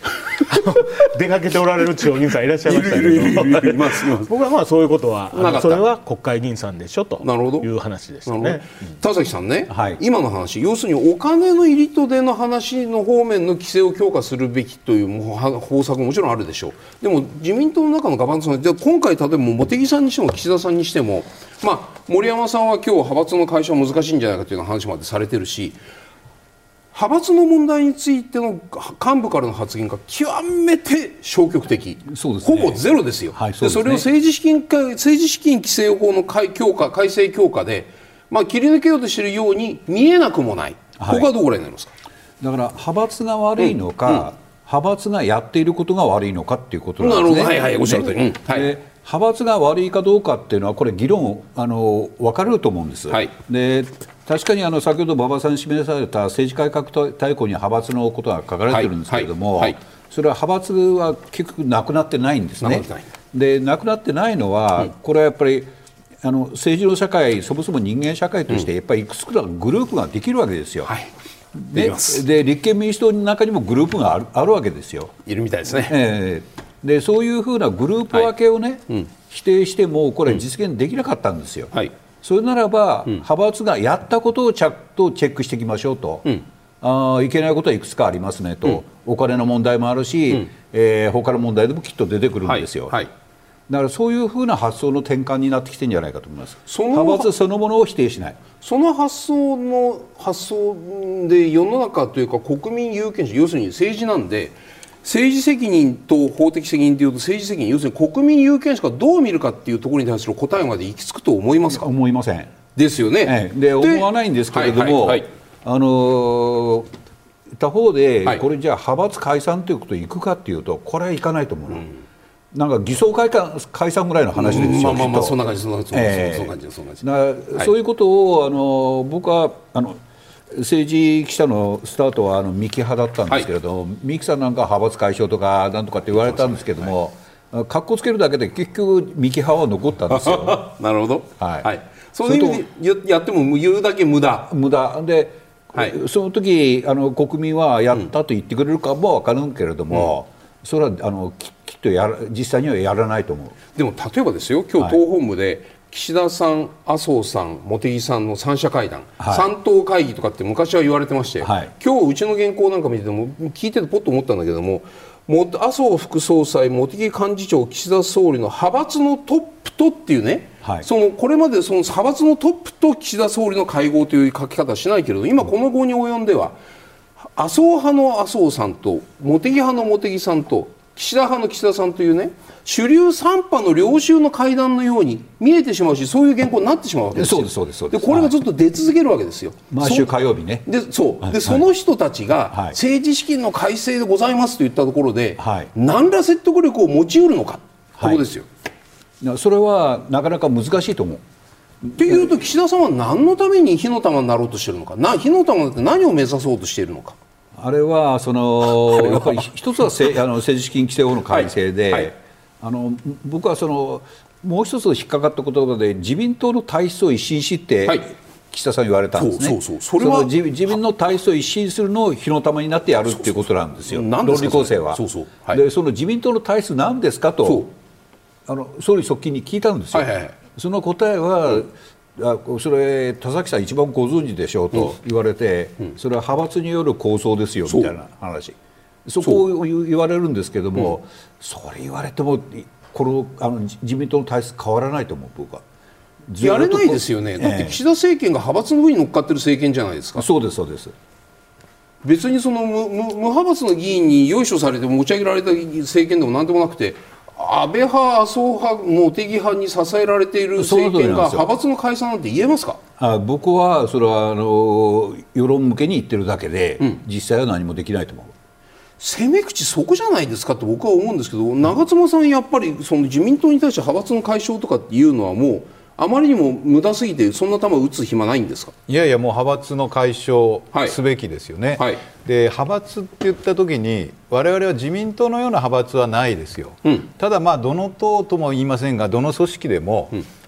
出かけておられる地方議員さんいらっしゃいましたけど、僕はまあそういうことはあのそれは国会議員さんでしょという話でしたね。 田崎さんね、 はい、 今の話、要するにお金の入りと出の話の方面の規制を強化するべきという方策ももちろんあるでしょう。でも自民党の中のガバナンスが、じゃあ今回例えば茂木さんにしても岸田さんにしても、まあ、森山さんは今日派閥の解消は難しいんじゃないかという話までされてるし、派閥の問題についての幹部からの発言が極めて消極的、 そうですね、 ほぼゼロですよ。 はい、そうですね。 でそれを政治資金政治資金規正法の改強化改正強化で、まあ、切り抜けようとしているように見えなくもない、はい、ここはどうご覧になりますか。 だから派閥が悪いのか、うんうん、派閥がやっていることが悪いのかっていうことなんですね。 なるほど、はいはい、おっしゃる通り、うん、はい、 で派閥が悪いかどうかっていうのはこれ議論あの分かれると思うんです、はい、で確かにあの先ほど馬場さんに示された政治改革大綱に派閥のことが書かれてるんですけれども、はいはいはい、それは派閥は結局なくなってないんですね。でなくなってないのは、うん、これはやっぱりあの政治の社会、そもそも人間社会としてやっぱりいくつかグループができるわけですよ、はい、で, で立憲民主党の中にもグループがあ る, あるわけですよ。 いるみたいですね、 えー、でそういうふうなグループ分けをね、はい、うん、否定してもこれ実現できなかったんですよ、はい、それならば、うん、派閥がやったことをちゃんとチェックしていきましょうと、うん、あいけないことはいくつかありますねと、うん、お金の問題もあるし、うん、えー、他の問題でもきっと出てくるんですよ、はいはい、だからそういうふうな発想の転換になってきてるんじゃないかと思います。その派閥そのものを否定しない、 その発想の発想で世の中というか国民有権者、要するに政治なんで、政治責任と法的責任というと政治責任、要するに国民有権者がどう見るかっていうところに対する答えまで行き着くと思いますか。 思いませんですよね、 ええ、で思わないんですけれども、はいはいはい、あのー、他方で、はい、これじゃあ派閥解散ということに行くかっていうとこれはいかないと思う、うん、なんか偽装解散、解散ぐらいの話ですよ、 まあまあまあそんな感じ、そんな感じ、 えー、 そんな感じ、そんな感じ、 だから、はい、そういうことをあの僕はあの政治記者のスタートはあの三木派だったんですけれども、はい、三木さんなんか派閥解消とかなんとかって言われたんですけども、はい、かっこつけるだけで結局三木派は残ったんですよなるほど、はいはい、そういう意味でやっても言うだけ無駄無駄で、はい、その時あの国民はやったと言ってくれるかも分からんけれども、うん、それはあのききっとやら実際にはやらないと思う。 でも例えばですよ、今日党本部で、はい、岸田さん、麻生さん、茂木さんの三者会談、はい、三党会議とかって昔は言われてまして、はい、今日うちの原稿なんか見てても聞いててポッと思ったんだけども、麻生副総裁、茂木幹事長、岸田総理の派閥のトップとっていうね、はい、そのこれまでその派閥のトップと岸田総理の会合という書き方はしないけれど、今この後に及んでは麻生派の麻生さんと茂木派の茂木さんと岸田派の岸田さんというね、主流三派の領袖の会談のように見えてしまうし、そういう原稿になってしまうわけですよ。 そうですそうですそうです。 でこれがずっと出続けるわけですよ、 毎週火曜日ね。 でそうでその人たちが政治資金の改正でございますと言ったところで、はい、何ら説得力を持ち得るのか、ここですよ、 はい、それはなかなか難しいと思う。 っていうと、岸田さんは何のために火の玉になろうとしているのか、な火の玉って何を目指そうとしているのか。 あれはそのやっぱり一つはせあの政治資金規正法の改正で、はいはい、あの僕はそのもう一つ引っかかった言葉で自民党の体質を一新しって、はい、岸田さん言われたんですね。そうそうそう、それはその自自分の体質を一新するのを火の玉になってやるっていうことなんですよ、論理構成は。そうそう、はい、でその自民党の体質何ですかとあの総理側近に聞いたんですよ、はいはいはい、その答えは、うん、あそれ田崎さん一番ご存知でしょうと言われて、うんうん、それは派閥による構想ですよみたいな話、そこを言われるんですけども、うん、それ言われてもこのあの自民党の体質変わらないと思う。僕はやれないですよね、だって岸田政権が派閥の上に乗っかってる政権じゃないですか。 そうですそうです。 別にその 無, 無, 無派閥の議員によいしょされて持ち上げられた政権でもなんでもなくて、安倍派、麻生派、茂木派に支えられている政権が派閥の解散なんて言えますか。 あ僕はそれはあの世論向けに言ってるだけで、うん、実際は何もできないと思う。 攻め口そこじゃないですかと僕は思うんですけど、長妻さんやっぱりその自民党に対して派閥の解消とかっていうのはもうあまりにも無駄すぎてそんな球を打つ暇ないんですか。 いやいや、もう派閥の解消すべきですよね、はいはい、で派閥って言った時に我々は自民党のような派閥はないですよ、うん、ただまあどの党とも言いませんがどの組織でも、うん、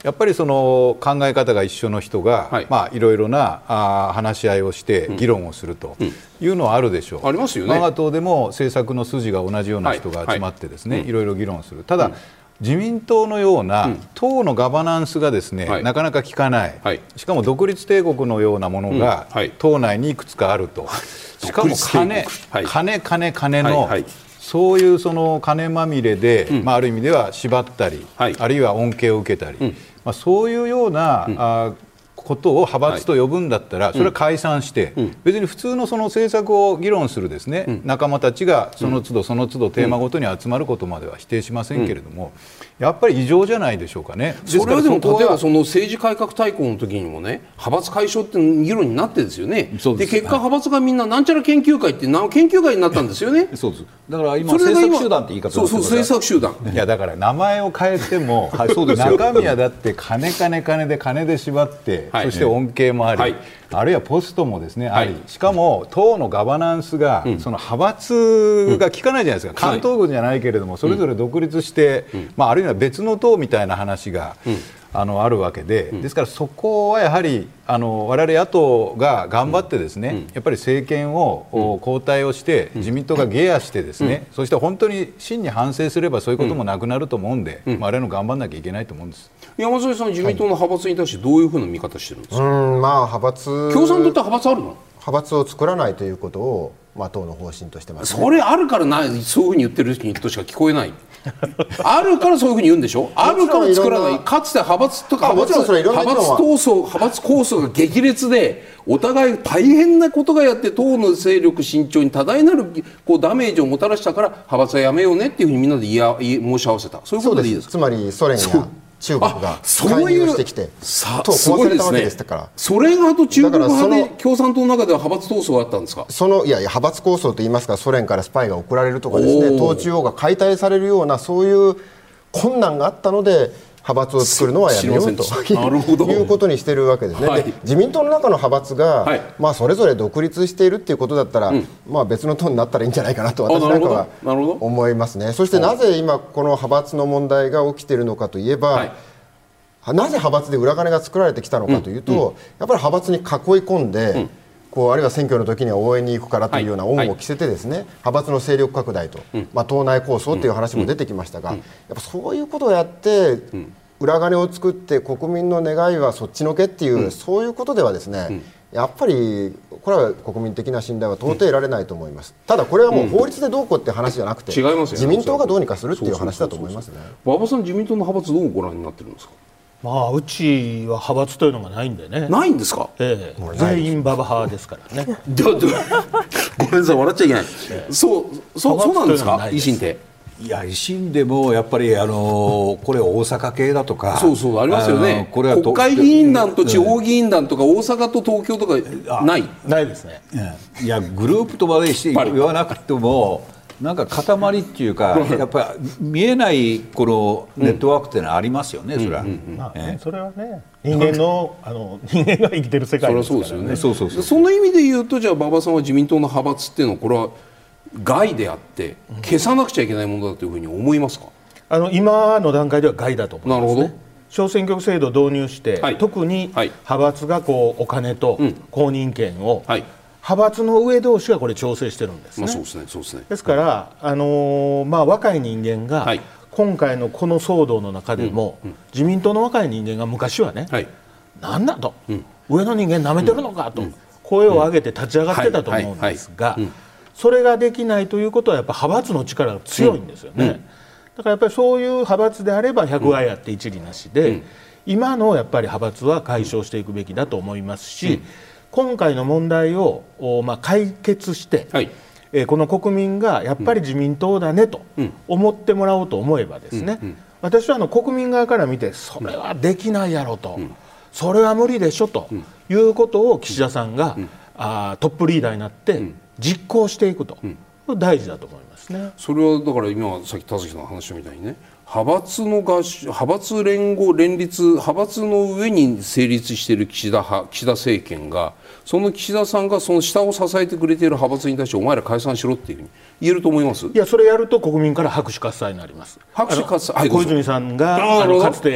やっぱりその考え方が一緒の人が、はい、まあいろいろなあ話し合いをして議論をするというのはあるでしょう。うんうん、ありますよね。我が党でも政策の筋が同じような人が集まってですね、はいはい、いろいろ議論する。ただ、うん、自民党のような党のガバナンスがですね、はい、なかなか効かない、はい、しかも独立帝国のようなものが党内にいくつかあると、しかも金、はい、金金金の、はいはい、そういうその金まみれで、うん、まあ、ある意味では縛ったり、はい、あるいは恩恵を受けたり、うん、まあ、そういうような、うん、あことを派閥と呼ぶんだったら、はい、それは解散して、うん、別に普通のその政策を議論するですね、うん、仲間たちがその都度その都度テーマごとに集まることまでは否定しませんけれども、うん、やっぱり異常じゃないでしょうかね。 それはでも例えばその政治改革大綱の時にもね、派閥解消って議論になってですよね。でで結果、派閥がみんななんちゃら研究会って研究会になったんですよね。 そうです。だから今政策集団って言い方そうそう政策集団いやだから名前を変えても、はい、そうですよ。中身はだって金金金で金で縛って、はい、そして恩恵もあり、はい、あるいはポストもですね、はい、あり、しかも党のガバナンスが、うん、その派閥が効かないじゃないですか。関東軍じゃないけれども、それぞれ独立して、うん、まあ、あるいは別の党みたいな話が、うん、あのあるわけで、うん、ですからそこはやはりあの我々野党が頑張ってですね、うん、やっぱり政権を、うん、交代をして、うん、自民党が下野してですね、うん、そして本当に真に反省すればそういうこともなくなると思うんで、うん、我々も頑張らなきゃいけないと思うんです。 山添さん、自民党の派閥に対してどういうふうな見方してるんですか。 うん、まあ、派閥共産党って派閥あるの？ 派閥を作らないということを、まあ、党の方針としてます、ね、 それあるからな、そういうふうに言ってる人としか聞こえないあるからそういうふうに言うんでしょ。あるから作らない。かつて派閥とか派閥、派閥闘争、派閥構想が激烈で、お互い大変なことがやって党の勢力伸長に多大なるこうダメージをもたらしたから派閥はやめようねっていうふうにみんなで言いや申し合わせた。そういうことでいいですか。 つまりソ連や中国が介入してきて党を壊されたわけですから。 ソ連派と中国派で共産党の中では派閥闘争があったんですか。 そのいやいや派閥構想といいますか、ソ連からスパイが送られるとかですね、党中央が解体されるようなそういう困難があったので派閥を作るのはやめようということにしているわけですね。はい、で自民党の中の派閥が、はい、まあ、それぞれ独立しているということだったら、うん、まあ、別の党になったらいいんじゃないかなと私なんかは思いますね。そしてなぜ今この派閥の問題が起きているのかといえば、はい、なぜ派閥で裏金が作られてきたのかというと、うんうん、やっぱり派閥に囲い込んで、うん、こうあるいは選挙の時には応援に行くからというような恩を着せてですね、はいはい、派閥の勢力拡大と、うん、まあ、党内抗争という話も出てきましたが、うん、やっぱそういうことをやって、うん、裏金を作って国民の願いはそっちのけっていう、うん、そういうことではですね、うん、やっぱりこれは国民的な信頼は到底得られないと思います。ただこれはもう法律でどうこうって話じゃなくて、うん、自民党がどうにかするっていう話だと思いますね。 馬場さん、自民党の派閥どうご覧になってるんですか。 まあ、うちは派閥というのがないんでね。 ないんですか。 ええ、全員馬場派ですからねごめんなさい、笑っちゃいけない、ええ、そうそうそうなんですか。維新って、 いや維新でもやっぱりあのこれ大阪系だとかそうそうありますよね。これは国会議員団と地方議員団とか大阪と東京とかないないですね。 いやグループとまでして言わなくてもなんか塊っていうかやっぱり見えないこのネットワークっていうのはありますよね。それは、 まあね、それはね、人間のあの人間が生きてる世界ですからね。 それはそうですよね。そうそうそう。その意味で言うと、じゃあ馬場さんは自民党の派閥っていうのはこれは害であって消さなくちゃいけないものだというふうに思いますか。 あの今の段階では害だと思いますね。なるほど。小選挙区制度を導入して、はい、特に派閥がこうお金と公認権を、はい、派閥の上同士がこれ調整してるんですね。 まあ、そうですね、そうですね。 ですから、あのーまあ、若い人間が、はい、今回のこの騒動の中でも、うんうん、自民党の若い人間が昔はね、はい、なんだと、うん、上の人間なめてるのかと、うん、声を上げて立ち上がってたと思うんですが、それができないということはやっぱ派閥の力が強いんですよね。うんうん、だからやっぱりそういう派閥であれば百害あって一理なしで、うん、今のやっぱり派閥は解消していくべきだと思いますし、うん、今回の問題を、まあ、解決して、はい、えー、この国民がやっぱり自民党だねと思ってもらおうと思えばですね、うんうん、私はあの国民側から見てそれはできないやろと、うん、それは無理でしょということを岸田さんが、うん、あトップリーダーになって実行していくと、うん、大事だと思いますね。 それはだから今さっき田崎さんの話みたいにね、派閥の合衆派閥連合連立派閥の上に成立している岸田派岸田政権が、その岸田さんがその下を支えてくれている派閥に対してお前ら解散しろっていうふうに言えると思います。 いや、それやると国民から拍手喝采になります。 拍手喝采、 はい、小泉さんがあのかつて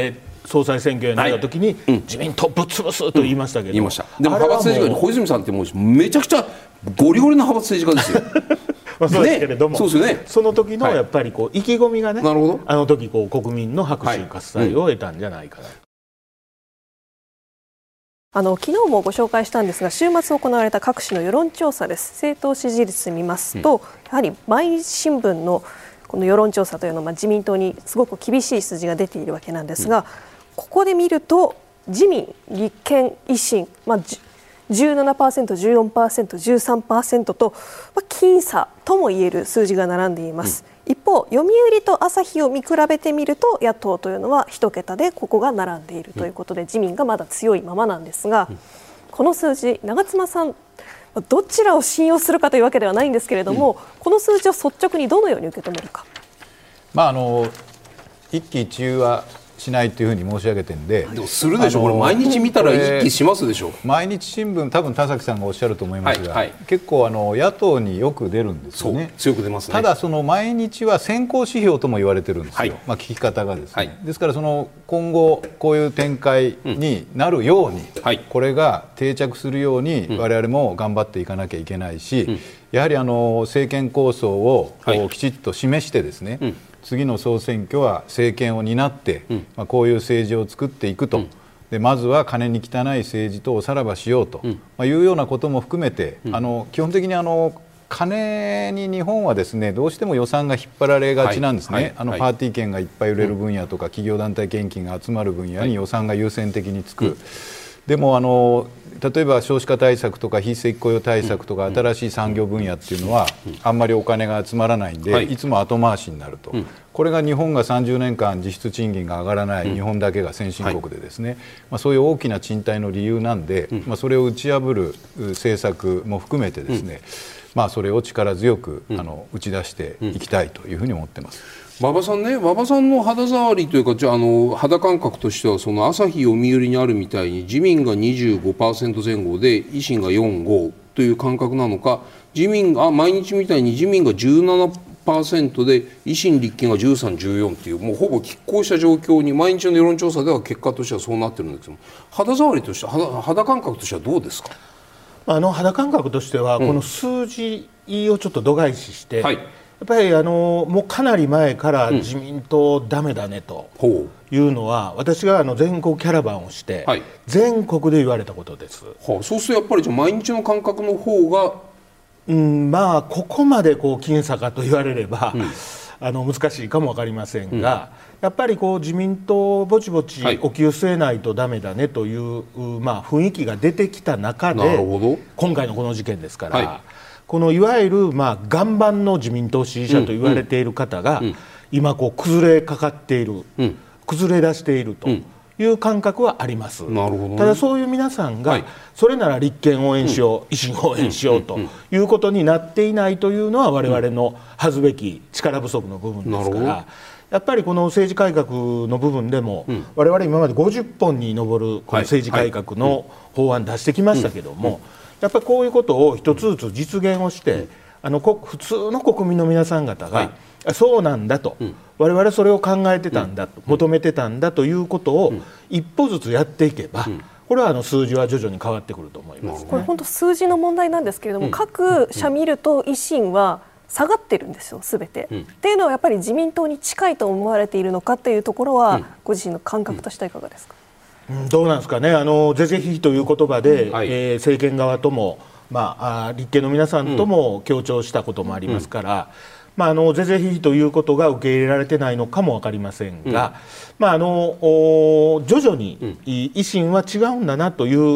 総裁選挙になった時に、はいうん、自民党ぶっ潰すと言いましたけど、うん、 言いました。でも派閥政治家に小泉さんってもうめちゃくちゃゴリゴリな派閥政治家ですよまあそうですけれども、 ね、そうですよね、 その時のやっぱりこう意気込みがね、 なるほど、 あの時こう国民の拍手喝采を得たんじゃないかな、はいうん、 あの昨日もご紹介したんですが、週末行われた各種の世論調査です。政党支持率見ますと、うん、やはり毎日新聞のこの世論調査というのは、まあ、自民党にすごく厳しい数字が出ているわけなんですが、うん、ここで見ると自民、立憲、維新、まあ、じゅうななパーセント、じゅうよんパーセント、じゅうさんパーセントと、まあ、僅差ともいえる数字が並んでいます、うん、一方、読売と朝日を見比べてみると野党というのは一桁でここが並んでいるということで、自民がまだ強いままなんですが、うん、この数字、長妻さんどちらを信用するかというわけではないんですけれども、うん、この数字を率直にどのように受け止めるか。 まあ、あの一喜一憂はしないというふうに申し上げてるんで、 でもするでしょ、これ毎日見たら一気しますでしょ。 毎日新聞、多分田崎さんがおっしゃると思いますが、はいはい、結構あの野党によく出るんですよね。 強く出ますね。 ただその毎日は先行指標とも言われてるんですよ、はい、まあ、聞き方がですね、はい、ですからその今後こういう展開になるように、うんはい、これが定着するように我々も頑張っていかなきゃいけないし、うん、やはりあの政権構想をきちっと示してですね、はい、うん次の総選挙は政権を担って、うんまあ、こういう政治を作っていくと、うん、でまずは金に汚い政治とおさらばしようと、うんまあ、いうようなことも含めて、うん、あの基本的にあの金に日本はですねどうしても予算が引っ張られがちなんですね、はいはい、あのパーティー券がいっぱい売れる分野とか、うん、企業団体献金が集まる分野に予算が優先的につく、うん、でもあの例えば少子化対策とか非正規雇用対策とか新しい産業分野っていうのはあんまりお金が集まらないんで、はい、いつも後回しになると、うん、これが日本がさんじゅうねんかん実質賃金が上がらない日本だけが先進国でですね、はいまあ、そういう大きな賃貸の理由なんで、うんまあ、それを打ち破る政策も含めてですね、うんまあ、それを力強く、うん、あの打ち出していきたいというふうに思ってます。 馬場さんね、馬場さんの肌触りというか、じゃあ、あの肌感覚としては、その朝日読売にあるみたいに自民が にじゅうごパーセント 前後で維新がよん、ごという感覚なのか、自民あ毎日みたいに自民が じゅうななパーセント で維新立憲がじゅうさん、じゅうよんというもうほぼ拮抗した状況に毎日の世論調査では結果としてはそうなってるんですけど、肌触りとして肌、肌感覚としてはどうですか。 あの肌感覚としては、うん、この数字をちょっと度外視して、はいやっぱりあのもうかなり前から自民党ダメだねというのは、うん、私があの全国キャラバンをして、はい、全国で言われたことです、 はあ、そうするとやっぱりじゃあ毎日の感覚の方が、 うん、まあここまでこう僅差かと言われれば、うん、あの難しいかも分かりませんが、うん、やっぱりこう自民党ぼちぼちお灸据えないとダメだねという、はいまあ、雰囲気が出てきた中で今回のこの事件ですから、はいこのいわゆるまあ岩盤の自民党支持者と言われている方が今こう崩れかかっている、うん、崩れ出しているという感覚はあります、うんなるほどね、ただそういう皆さんがそれなら立憲応援しよう、うん、維新応援しようということになっていないというのは我々の恥ずべき力不足の部分ですから、やっぱりこの政治改革の部分でも、うん、我々今までごじゅっぽんに上るこの政治改革の法案出してきましたけども、はいはいうんやっぱりこういうことを一つずつ実現をして、うん、あの普通の国民の皆さん方が、はい、そうなんだと、うん、我々それを考えてたんだと、うん、求めてたんだということを一歩ずつやっていけば、うん、これはあの数字は徐々に変わってくると思います、ね、 これ本当数字の問題なんですけれども、うん、各社見ると維新は下がってるんですよ全て、うん、っていうのはやっぱり自民党に近いと思われているのかというところは、うん、ご自身の感覚としてはいかがですか。 どうなんですかね、あの是々非々という言葉で、うんはいえー、政権側とも、まあ、あ立憲の皆さんとも強調したこともありますから、うんまあ、あの是々非々ということが受け入れられてないのかも分かりませんが、うんまあ、あの徐々に、うん、維新は違うんだなという、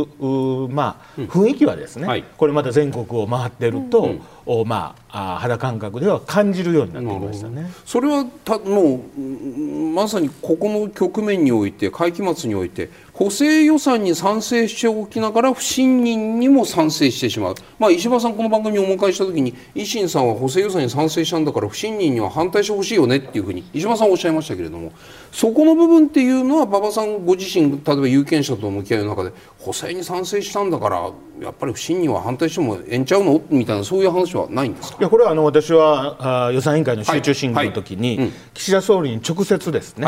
まあ、雰囲気はですね、うんはい、これまた全国を回ってると、うんまあ、肌感覚では感じるようになってきましたね。 それはたもうまさにここの局面において会期末において補正予算に賛成しておきながら不信任にも賛成してしまう、まあ、石破さんこの番組をお迎えしたときに維新さんは補正予算に賛成したんだから不信任には反対してほしいよねっていうふうに石破さんはおっしゃいましたけれども、そこの部分っていうのは馬場さんご自身例えば有権者と向き合いの中で補正に賛成したんだからやっぱり不信任は反対してもええんちゃうのみたいなそういう話はないんですか。 いやこれはあの私はあ予算委員会の集中審議の時に、はいはいうん、岸田総理に直接ですね、はい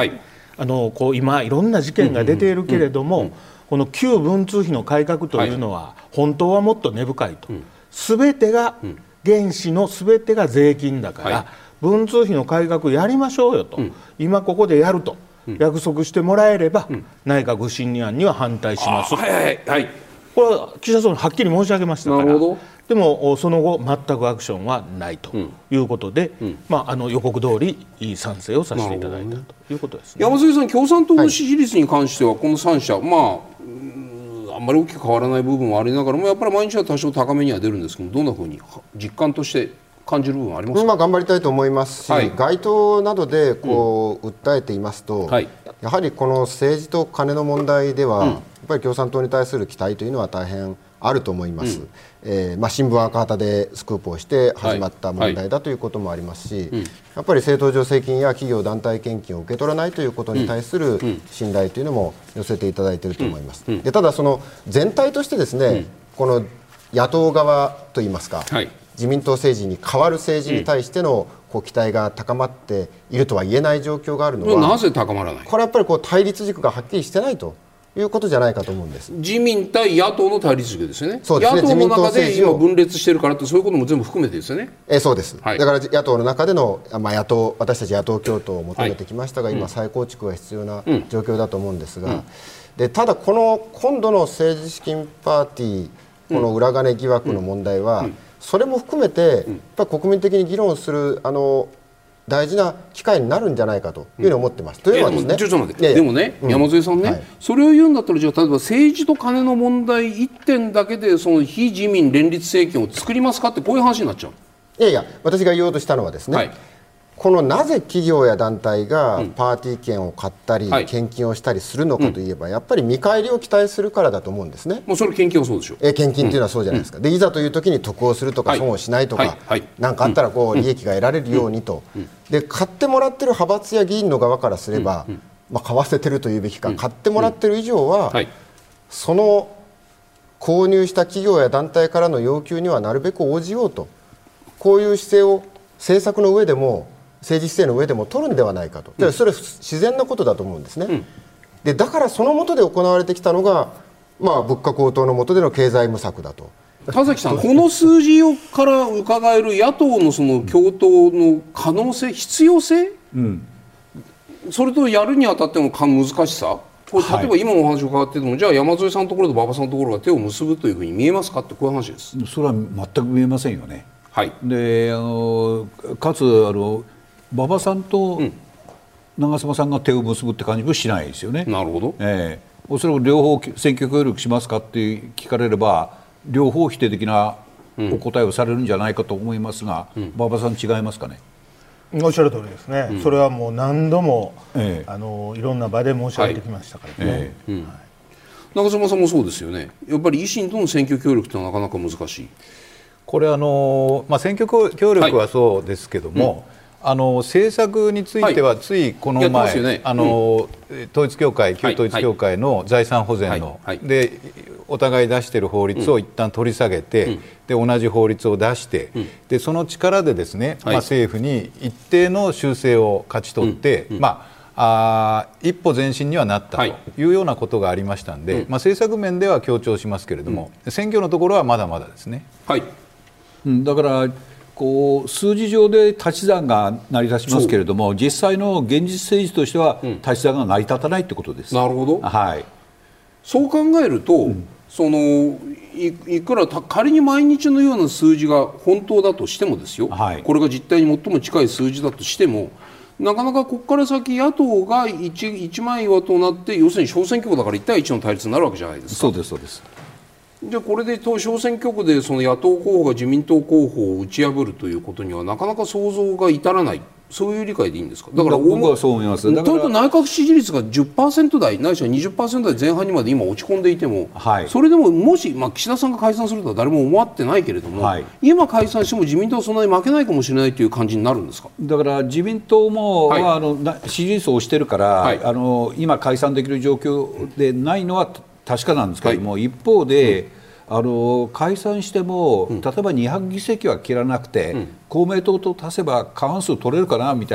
あのこう今いろんな事件が出ているけれども、この旧文通費の改革というのは本当はもっと根深いと、すべてが原資のすべてが税金だから、文通費の改革やりましょうよと、今ここでやると約束してもらえれば、内閣不信任案には反対します。 はいはいはい、 これは岸田総理はっきり申し上げましたから。 なるほど。 でもその後全くアクションはないということで、うん、まあ、あの予告通り賛成をさせていただいたということですね。 山添さん、共産党の支持率に関してはこのさん社、まああんまり大きく変わらない部分はありながらもやっぱり毎日は多少高めには出るんですけど、どんなふうに実感として感じる部分はありますか。 まあ、頑張りたいと思いますし、はい、街頭などでこう、うん、訴えていますと、はい、やはりこの政治と金の問題では、うん、やっぱり共産党に対する期待というのは大変あると思います。うん、えーまあ、新聞赤旗でスクープをして始まった問題だということもありますし、はいはい、やっぱり政党助成金や企業団体献金を受け取らないということに対する信頼というのも寄せていただいていると思います。うんうん、でただその全体としてですね、うん、この野党側といいますか、はい、自民党政治に代わる政治に対してのこう期待が高まっているとは言えない状況があるのは、 なぜ高まらない。 これはやっぱりこう対立軸がはっきりしてないということじゃないかと思うんです。 自民対野党の対立軸ですよね。 そうですね。 野党の中で今分裂してるからってそういうことも全部含めてですよね。 えー、そうです、はい、だから野党の中での、まあ、野党私たち野党共闘を求めてきましたが、はい、今再構築が必要な状況だと思うんですが、うん、でただこの今度の政治資金パーティーこの裏金疑惑の問題は、うんうん、それも含めてやっぱり国民的に議論するあの大事な機会になるんじゃないかというふうに思ってます。うん、というのはですね、 ちょっと待って、でもね、うん、山添さんね、はい、それを言うんだったら、じゃあ例えば政治と金の問題いってんだけでその非自民連立政権を作りますかってこういう話になっちゃう。 いやいや、私が言おうとしたのはですね、はい、このなぜ企業や団体がパーティー券を買ったり、うん、献金をしたりするのかといえば、うん、やっぱり見返りを期待するからだと思うんですね。 もうそれ献金はそうでしょ。 え献金というのはそうじゃないですか。うん、でいざという時に得をするとか損をしないとか、はいはい、なんかあったらこう利益が得られるようにと、うんうん、で買ってもらってる派閥や議員の側からすれば、うんうん、まあ、買わせてるというべきか、うん、買ってもらってる以上は、うん、はい、その購入した企業や団体からの要求にはなるべく応じようと、こういう姿勢を政策の上でも政治姿勢の上でも取るんではないかと。でそれは自然なことだと思うんですね。うん、でだからその下で行われてきたのが、まあ、物価高騰の下での経済無策だと。 田崎さん、この数字から伺える野党のその共闘の可能性、必要性、うん、それとやるにあたっての難しさ、これ例えば今のお話を伺ってても、はい、じゃあ山添さんのところと馬場さんのところが手を結ぶというふうに見えますかってこういう話です。 それは全く見えませんよね。 はい、 であのかつあの馬場さんと長妻さんが手を結ぶって感じもしないですよね。 なるほど、 えー、おそらく両方選挙協力しますかって聞かれれば両方否定的なお答えをされるんじゃないかと思いますが、うん、馬場さん違いますかね。 おっしゃる通りですね。うん、それはもう何度も、えー、あのいろんな場で申し上げてきましたからね。はい、えーうん、はい、 長妻さんもそうですよね。やっぱり維新との選挙協力ってのはなかなか難しい。 これあの、まあ、選挙協力はそうですけども、はい、うん、あの政策についてはついこの前、はいね、あのうん、統一教会旧統一教会の財産保全の、はいはい、でお互い出している法律を一旦取り下げて、うん、で同じ法律を出して、うん、でその力でですね、はい、まあ、政府に一定の修正を勝ち取って、うんうん、まあ、あ一歩前進にはなったというようなことがありましたんで、はい、まあ、政策面では強調しますけれども、うん、選挙のところはまだまだですね。 はい、 うん、だからこう数字上で足し算が成り立ちますけれども、実際の現実政治としては足し算が成り立たないということです。 うん、なるほど、 はい、 そう考えると、うん、その い, いくら仮に毎日のような数字が本当だとしてもですよ、はい、これが実態に最も近い数字だとしても、なかなかここから先野党が 一, 一枚岩となって、要するに小選挙区だからいち対いちの対立になるわけじゃないですか。 そうですそうです。 じゃあこれで小選挙区でその野党候補が自民党候補を打ち破るということにはなかなか想像が至らない、そういう理解でいいんですか。だから僕はそう思います。だからというと内閣支持率が じゅっパーセント 台ないしは にじゅっパーセント 台前半にまで今落ち込んでいても、はい、それでももし、まあ、岸田さんが解散するとは誰も思ってないけれども、はい、今解散しても自民党はそんなに負けないかもしれないという感じになるんですか。 だから自民党も、はい、あの支持率を押してるから、はい、あの今解散できる状況でないのは確かなんですけれども、はい、一方で、うん、あの解散しても、例えばにひゃく議席は切らなくて、うん、公明党と足せば過半数取れるかなみたいな、うん、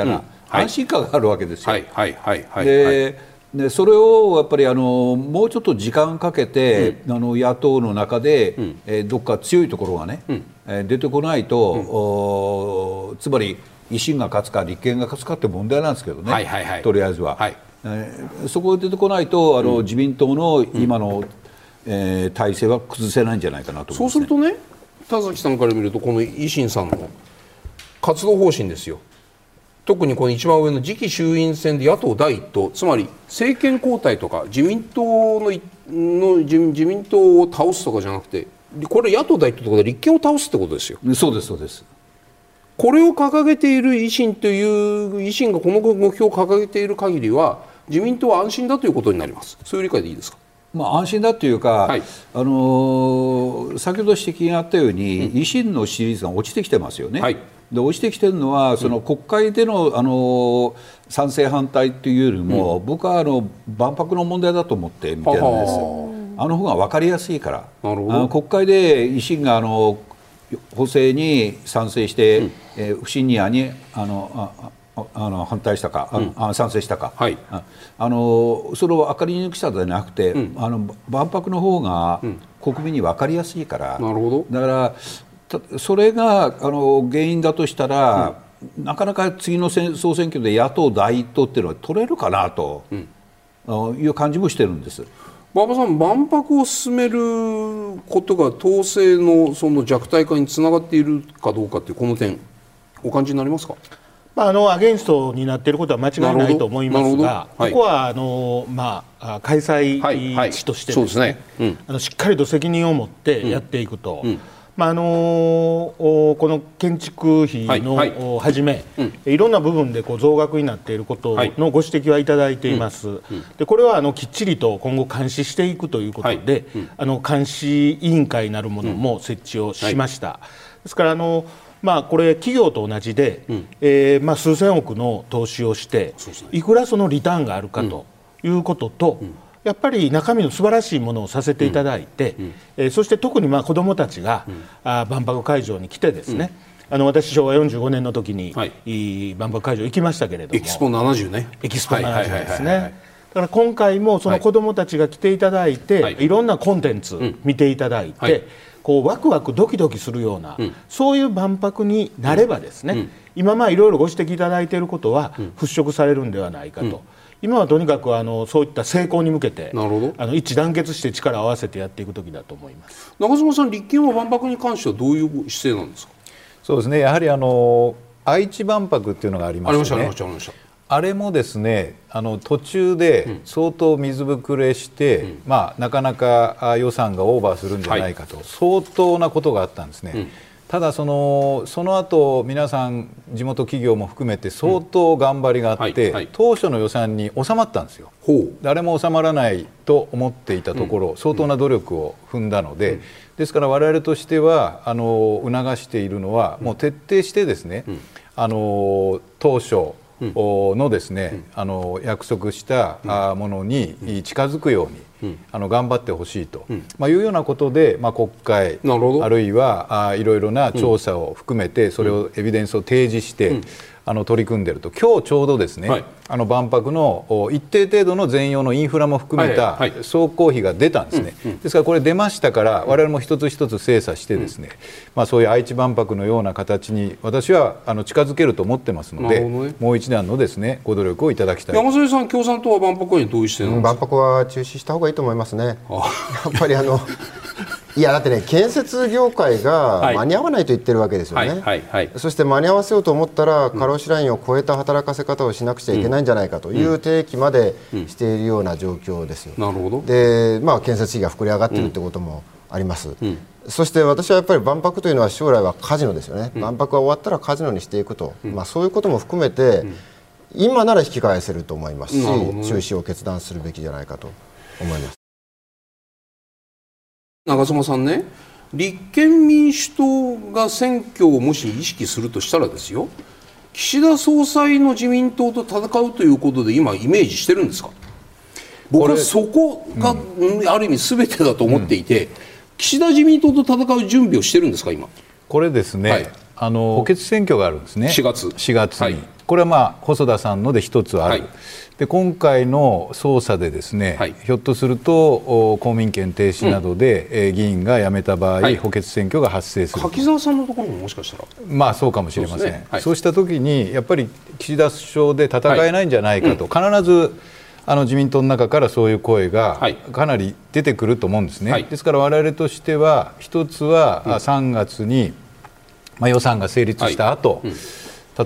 安心感があるわけですよ。 はいはいはいはい、 ででそれをやっぱりあのもうちょっと時間かけて、うん、あの野党の中で、うん、えー、どっか強いところがね、うん、えー、出てこないと、うん、おつまり維新が勝つか立憲が勝つかって問題なんですけどね、 はいはいはい、 とりあえずは、 はい、 えー、そこで出てこないとあの、うん、自民党の今の、うん、えー、体制は崩せないんじゃないかなと思います、ね、 そうするとね、田崎さんから見るとこの維新さんの活動方針ですよ。特にこの一番上の次期衆院選で野党第一党、つまり政権交代とか自民党のの 自, 自民党を倒すとかじゃなくて、これ野党第一党とかで立憲を倒すってことですよ。 そうですそうです。 これを掲げている維新という維新がこの目標を掲げている限りは自民党は安心だということになります。そういう理解でいいですか。 まあ、安心だというか、はい、あのー、先ほど指摘があったように、うん、維新の支持率が落ちてきてますよね。はい、で落ちてきてるのはその国会での、あの賛成反対というよりも、うん、僕はあの万博の問題だと思って見てるんです。あの方が分かりやすいから。なるほど。あの国会で維新があの補正に賛成して、うん、えー、不信任案にあのああの反対したか、うん、あ賛成したか、はい、ああのそれを分かりにくさではなくて、うん、あの万博の方が国民に分かりやすいから、うん、なるほど。だからそれがあの原因だとしたら、うん、なかなか次の総選挙で野党第一党っていうのは取れるかなと、うん、いう感じもしてるんです。 馬場さん、万博を進めることが統制のその弱体化につながっているかどうかというこの点お感じになりますか。 まあ、あのアゲインストになっていることは間違いないと思いますが、はい、ここはあの、まあ、開催地としてですね、あのしっかりと責任を持ってやっていくと、うんうん、まあ、あのこの建築費の、はいはい、はじめ、うん、いろんな部分でこう増額になっていることのご指摘はいただいています。はい、でこれはあのきっちりと今後監視していくということで、はい、うん、あの監視委員会なるものも設置をしました。はい、ですからあのまあ、これ企業と同じで、うん、えーまあ、数千億の投資をしていくらそのリターンがあるかということと、うん、やっぱり中身の素晴らしいものをさせていただいて、うん、えー、そして特にまあ子どもたちが、うん、あ万博会場に来てですね、うん、あの私しょうわよんじゅうごねんの時に、はい、万博会場行きましたけれども、 エキスポななじゅうね、 エキスポななじゅうですね。だから今回もその子どもたちが来ていただいて、はい、いろんなコンテンツ見ていただいて、はい、こうワクワクドキドキするような、うん、そういう万博になればですね、うん、今まあいろいろご指摘いただいていることは払拭されるんではないかと、うん、今はとにかくあのそういった成功に向けてあの一致団結して力を合わせてやっていく時だと思います。 長妻さん、立憲は万博に関してはどういう姿勢なんですか。 そうですね、やはりあの愛知万博っていうのがありましたね。 ありましたありましたありました。 あれもですね、あの途中で相当水ぶくれして、うん、まあ、なかなか予算がオーバーするんじゃないかと、はい、相当なことがあったんですね。うん、ただそのその後皆さん地元企業も含めて相当頑張りがあって、うん、はいはい、当初の予算に収まったんですよ。誰も収まらないと思っていたところ、うん、相当な努力を踏んだので、うん、ですから我々としてはあの促しているのは、もう徹底してですね、うん、あの当初のですね、うん、あの約束したものに近づくように、うん、あの頑張ってほしいと、うん、まあ、いうようなことで、まあ、国会あるいはあいろいろな調査を含めてそれをエビデンスを提示して、うん、あの取り組んでいると。今日ちょうどですね、はい、あの万博の一定程度の全容のインフラも含めた総工費が出たんですね。ですからこれ出ましたから我々も一つ一つ精査してですね、うん、まあ、そういう愛知万博のような形に私はあの近づけると思ってますので、ね、もう一段のですねご努力をいただきたい。 山添さん、共産党は万博に同意してるんですか。 万博は中止した方がいいと思いますね。やっぱりあのいやだってね、建設業界が間に合わないと言ってるわけですよね。はいはいはい、そして間に合わせようと思ったら、うん、過労死ラインを超えた働かせ方をしなくちゃいけないんじゃないかという提起までしているような状況ですよ。うんうん、なるほど。で、まあ、建設費が膨れ上がっているということもあります。うん、そして私はやっぱり万博というのは将来はカジノですよね。うん、万博が終わったらカジノにしていくと、うん、まあ、そういうことも含めて、うん、今なら引き返せると思いますし、ね、中止を決断するべきじゃないかと思います。 長妻さんね、立憲民主党が選挙をもし意識するとしたらですよ、岸田総裁の自民党と戦うということで今イメージしてるんですか。僕はそこが、うん、ある意味全てだと思っていて、うん、岸田自民党と戦う準備をしてるんですか今。 これですね、はい、あの補欠選挙があるんですね。 しがつしがつに、はい、 これはまあ細田さんので一つある、はい、で今回の捜査でですね、はい、ひょっとすると公民権停止などで、うん、議員が辞めた場合、はい、補欠選挙が発生する。 柿沢さんのところももしかしたらまあそうかもしれません。そうですね、はい、そうしたときにやっぱり岸田首相で戦えないんじゃないかと、はい、必ずあの自民党の中からそういう声がかなり出てくると思うんですね、はい、ですから我々としては一つは、うん、さんがつに、まあ、予算が成立した後、はい、うん、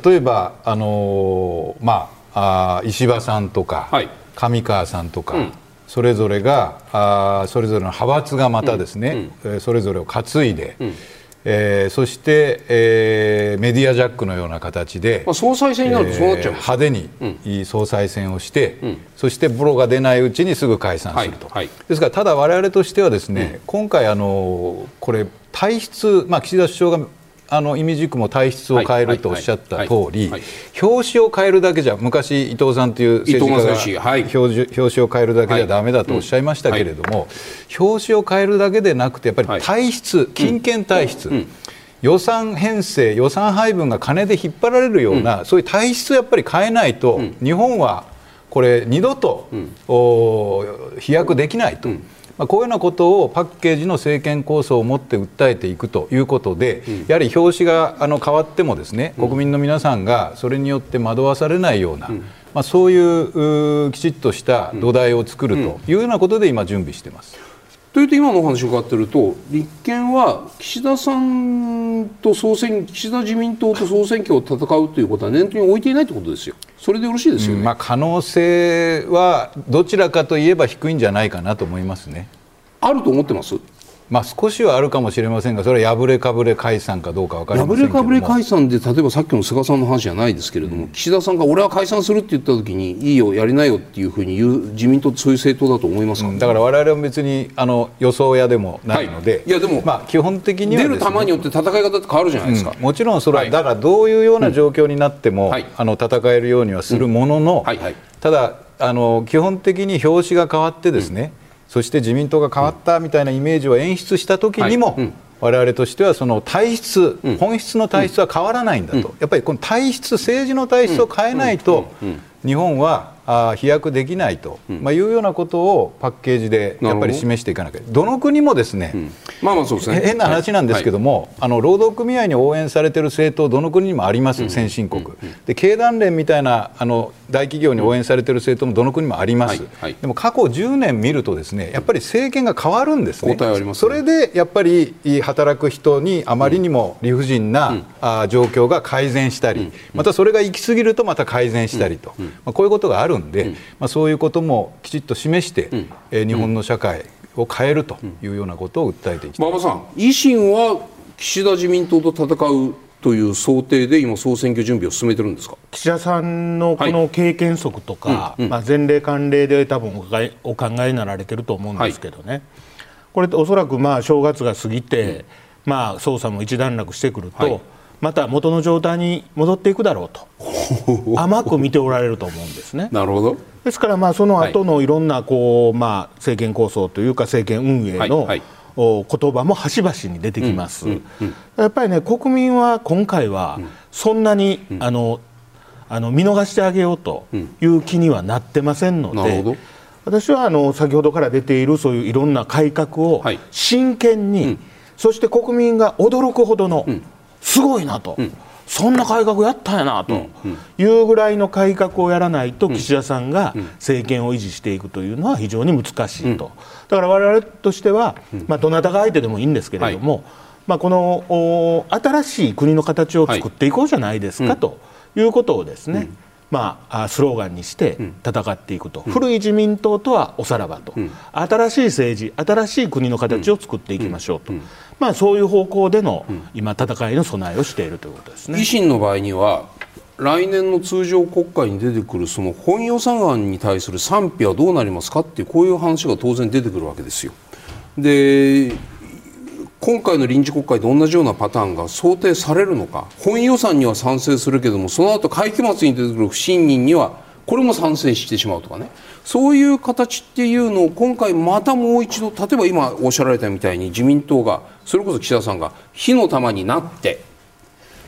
例えば、あのーまあ、あ石破さんとか、はい、上川さんとか、うん、それぞれがあそれぞれの派閥がまたですね、うんうん、それぞれを担いで、うん、えー、そして、えー、メディアジャックのような形で、 まあ、総裁選になるとそうなっちゃう、えー、 派手に、うん、総裁選をして、うん、そしてボロが出ないうちにすぐ解散すると、はいはい、ですからただ我々としてはですね、うん、今回あのこれ体質、まあ、岸田首相があの意味軸も体質を変えるとおっしゃった通り、表紙を変えるだけじゃ、昔伊藤さんという政治家が、はい、表, 表紙を変えるだけじゃダメだとおっしゃいましたけれども、はい、うん、表紙を変えるだけでなくてやっぱり体質、はい、金権体質、うんうん、予算編成、予算配分が金で引っ張られるような、うん、そういう体質をやっぱり変えないと、うん、日本はこれ二度と、うん、飛躍できないと、うん、まあ、こういうようなことをパッケージの政権構想を持って訴えていくということで、うん、やはり表紙があの変わってもですね、国民の皆さんがそれによって惑わされないような、うん、まあ、そういう、きちっとした土台を作るというようなことで今準備しています。 というと今のお話を伺っていると、立憲は岸田さんと総選岸田自民党と総選挙を戦うということは念頭に置いていないということですよ。それでよろしいですよね。 うん、まあ、可能性はどちらかといえば低いんじゃないかなと思いますね。 あると思ってます？ まあ、少しはあるかもしれませんが、それは破れかぶれ解散かどうか分かりませんけども、 破れかぶれ解散で、例えばさっきの菅さんの話じゃないですけれども、うん、岸田さんが俺は解散するって言ったときにいいよやりなよっていうふうに言う自民党ってそういう政党だと思いますか？うん、 だから我々は別にあの予想屋でもないので、はい、いやでも、まあ、基本的にはですね、 出る球によって戦い方って変わるじゃないですか。 うん、もちろんそれは、はい、だからどういうような状況になっても、うん、あの戦えるようにはするものの、うん、はいはい、ただあの基本的に表紙が変わってですね、うん、そして自民党が変わったみたいなイメージを演出したときにも、はい、うん、我々としてはその体質、うん、本質の体質は変わらないんだと、うん、やっぱりこの体質、政治の体質を変えないと日本はあ飛躍できないと、うん、まあ、いうようなことをパッケージでやっぱり示していかなきゃ。どの国もですね、うん、まあまあそうですね、変な話なんですけども、はいはい、あの労働組合に応援されている政党どの国にもあります、うん、先進国、うんうん、で経団連みたいなあの大企業に応援されている政党もどの国もあります、はいはい、でも過去じゅうねん見るとですね、やっぱり政権が変わるんですね。 交代ありますね。 それでやっぱり働く人にあまりにも理不尽な、うん、あ状況が改善したり、うん、またそれが行き過ぎるとまた改善したりと、うんうん、まあ、こういうことがあるんで、うん、まあ、そういうこともきちっと示して、うん、えー、日本の社会を変えるというようなことを訴えていきたい。 馬場さん、維新は岸田自民党と戦うという想定で今総選挙準備を進めてるんですか？ 岸田さんのこの経験則とか、はい、うんうん、まあ、前例慣例で多分お考えになられてると思うんですけどね、はい、これおそらくまあ正月が過ぎて、うん、まあ、捜査も一段落してくると、はい、また元の状態に戻っていくだろうと甘く見ておられると思うんですね。 なるほど。 ですからまあその後のいろんなこう、まあ、政権構想というか政権運営の、はいはい、言葉も端々に出てきます、うんうんうん、やっぱりね、国民は今回はそんなに、うん、あのあの見逃してあげようという気にはなってませんので、うん、私はあの先ほどから出ているそういういろんな改革を真剣に、はい、うん、そして国民が驚くほどの、うん、すごいなと、うん、そんな改革やったんやなというぐらいの改革をやらないと岸田さんが政権を維持していくというのは非常に難しいと。だから我々としては、まあ、どなたが相手でもいいんですけれども、はい、まあ、この新しい国の形を作っていこうじゃないですかということをですね、まあ、スローガンにして戦っていくと、古い自民党とはおさらばと、新しい政治、新しい国の形を作っていきましょうと、まあ、そういう方向での今戦いの備えをしているということですね。 維新の場合には来年の通常国会に出てくるその本予算案に対する賛否はどうなりますかっていう、こういう話が当然出てくるわけですよ。で、今回の臨時国会と同じようなパターンが想定されるのか。本予算には賛成するけども、その後会期末に出てくる不信任にはこれも賛成してしまうとかね、そういう形っていうのを今回またもう一度、例えば今おっしゃられたみたいに自民党が、それこそ岸田さんが火の玉になって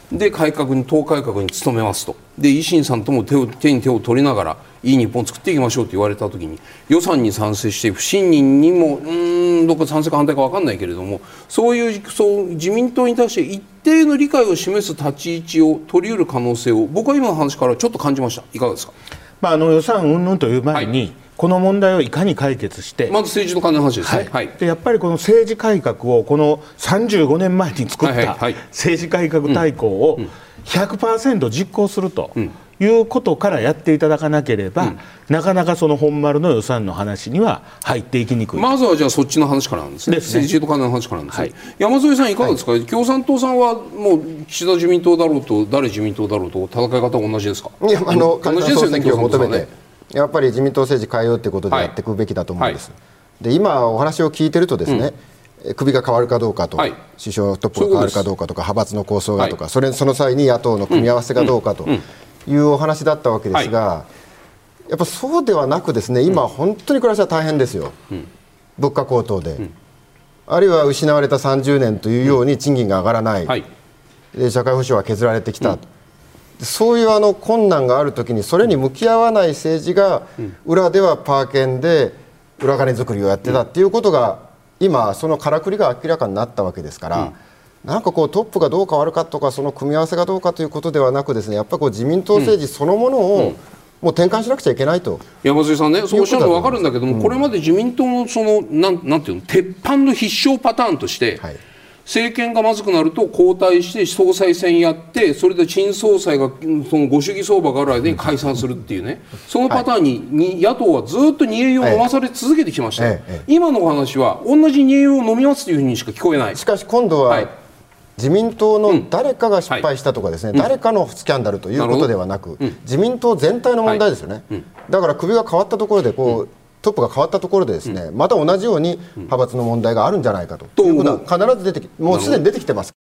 で改革に党改革に努めますと、で維新さんとも手を手に手を取りながらいい日本を作っていきましょうと言われたときに、予算に賛成して不信任にもうーんどこか賛成か反対か分かんないけれども、そういうそう自民党に対して一定の理解を示す立ち位置を取り得る可能性を僕は今の話からちょっと感じました。いかがですか。 まあ、あの予算云々という前に、はい、この問題をいかに解決して、 まず政治と金の話ですね、 はいはい、でやっぱりこの政治改革をこのさんじゅうごねんまえに作った政治改革大綱を ひゃくパーセント 実行するということからやっていただかなければ、うん、なかなかその本丸の予算の話には入っていきにくい。 まずはじゃあそっちの話からなんですね。ですね、政治と金の話からなんですね、はい、山添さんいかがですか、はい、共産党さんはもう岸田自民党だろうと誰自民党だろうと戦い方は同じですか。 いや、あの同じですよね。総選挙を求めてやっぱり自民党政治変えようということでやっていくべきだと思うんです、はい、で今お話を聞いてるとですね、うん、首が変わるかどうかと、はい、首相トップが変わるかどうかとか派閥の構想がとか、はい、それその際に野党の組み合わせがどうかというお話だったわけですが、はい、やっぱそうではなくですね、今本当に暮らしは大変ですよ、うん、物価高騰で、うん、あるいは失われたさんじゅうねんというように賃金が上がらない、はい、で社会保障は削られてきた、うん、そういうあの困難があるときにそれに向き合わない政治が裏ではパー券で裏金作りをやってたっていうことが今そのからくりが明らかになったわけですから、なんかこうトップがどう変わるかとかその組み合わせがどうかということではなくですね、やっぱりこう自民党政治そのものをもう転換しなくちゃいけないと。 山添さんね、そうおっしゃるの分かるんだけども、これまで自民党のそのなんなんていうの鉄板の必勝パターンとして、はい、政権がまずくなると交代して総裁選やって、それで新総裁がそのご主義相場がある間に解散するっていうね、そのパターンに、に野党はずっと煮え湯を飲まされ続けてきました、ええええ、今のお話は同じ煮え湯を飲みますというふうにしか聞こえない。 しかし今度は、はい、自民党の誰かが失敗したとかですね、うんはい、誰かのスキャンダルということではなく、うん、自民党全体の問題ですよね、はいうん、だから首が変わったところでこう、うんトップが変わったところでですね、うん、また同じように派閥の問題があるんじゃないかということは必ず出てきもうすでに出てきてます。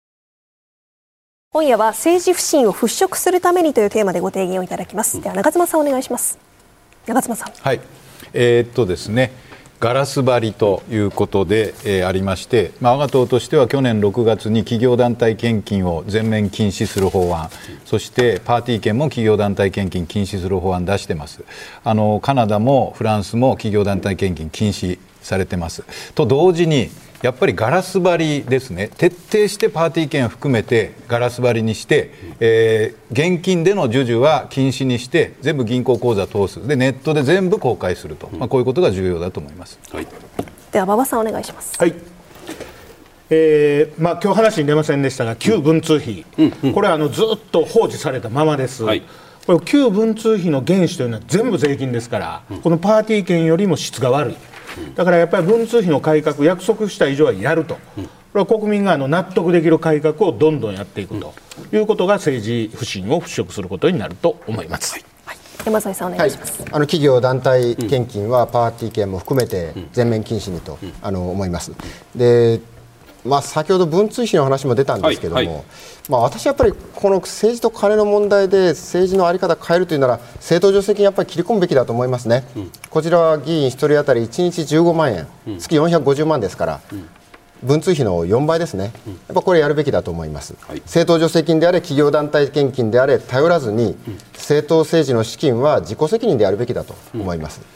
今夜は政治不信を払拭するためにというテーマでご提言をいただきます。では長妻さんお願いします。長妻さん。 はい。えー、っとですね。ガラス張りということで、えー、ありまして、まあ、我が党としては去年ろくがつに企業団体献金を全面禁止する法案、そしてパーティー券も企業団体献金禁止する法案出してます。あのカナダもフランスも企業団体献金禁止されてますと同時に、やっぱりガラス張りですね、徹底してパーティー券を含めてガラス張りにして、えー、現金での授受は禁止にして全部銀行口座通す、でネットで全部公開すると、まあ、こういうことが重要だと思います、はい、 では馬場さんお願いします。 はい、えーまあ、今日話に出ませんでしたが旧文通費、うんうん、これはあのずっと放置されたままです、はい、これ旧文通費の原資というのは全部税金ですから、うん、このパーティー券よりも質が悪い。だからやっぱり文通費の改革約束した以上はやると、うん、これは国民があの納得できる改革をどんどんやっていくということが政治不信を払拭することになると思います、はいはい、山添さんお願いします、 はい、あの企業団体献金はパーティー券も含めて全面禁止にと、うん、あの思います。でまあ、先ほど文通費の話も出たんですけども、はいはい、まあ、私はやっぱりこの政治と金の問題で政治の在り方を変えるというなら政党助成金やっぱり切り込むべきだと思いますね、うん、こちらは議員ひとり当たりいちにちじゅうごまんえん、うん、月よんひゃくごじゅうまんですから、うん、文通費のよんばいですね、うん、やっぱこれやるべきだと思います、はい、政党助成金であれ企業団体献金であれ頼らずに、うん、政党政治の資金は自己責任でやるべきだと思います、うん、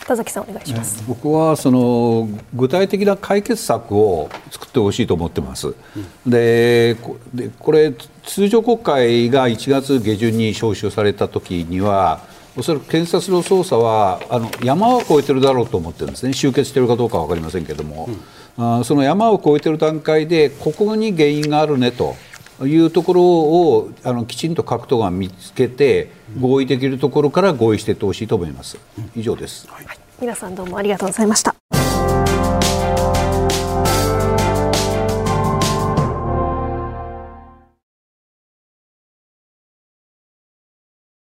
田崎さんお願いします。 僕はその具体的な解決策を作ってほしいと思ってます、うん、で, でこれ通常国会がいちがつげじゅんに召集された時にはおそらく検察の捜査はあの山を越えてるだろうと思ってるんですね。終結しているかどうかは分かりませんけれども、うん、あその山を越えている段階でここに原因があるねというところをあのきちんと各党が見つけて合意できるところから合意していってほしいと思います。以上です、 はい、皆さんどうもありがとうございました。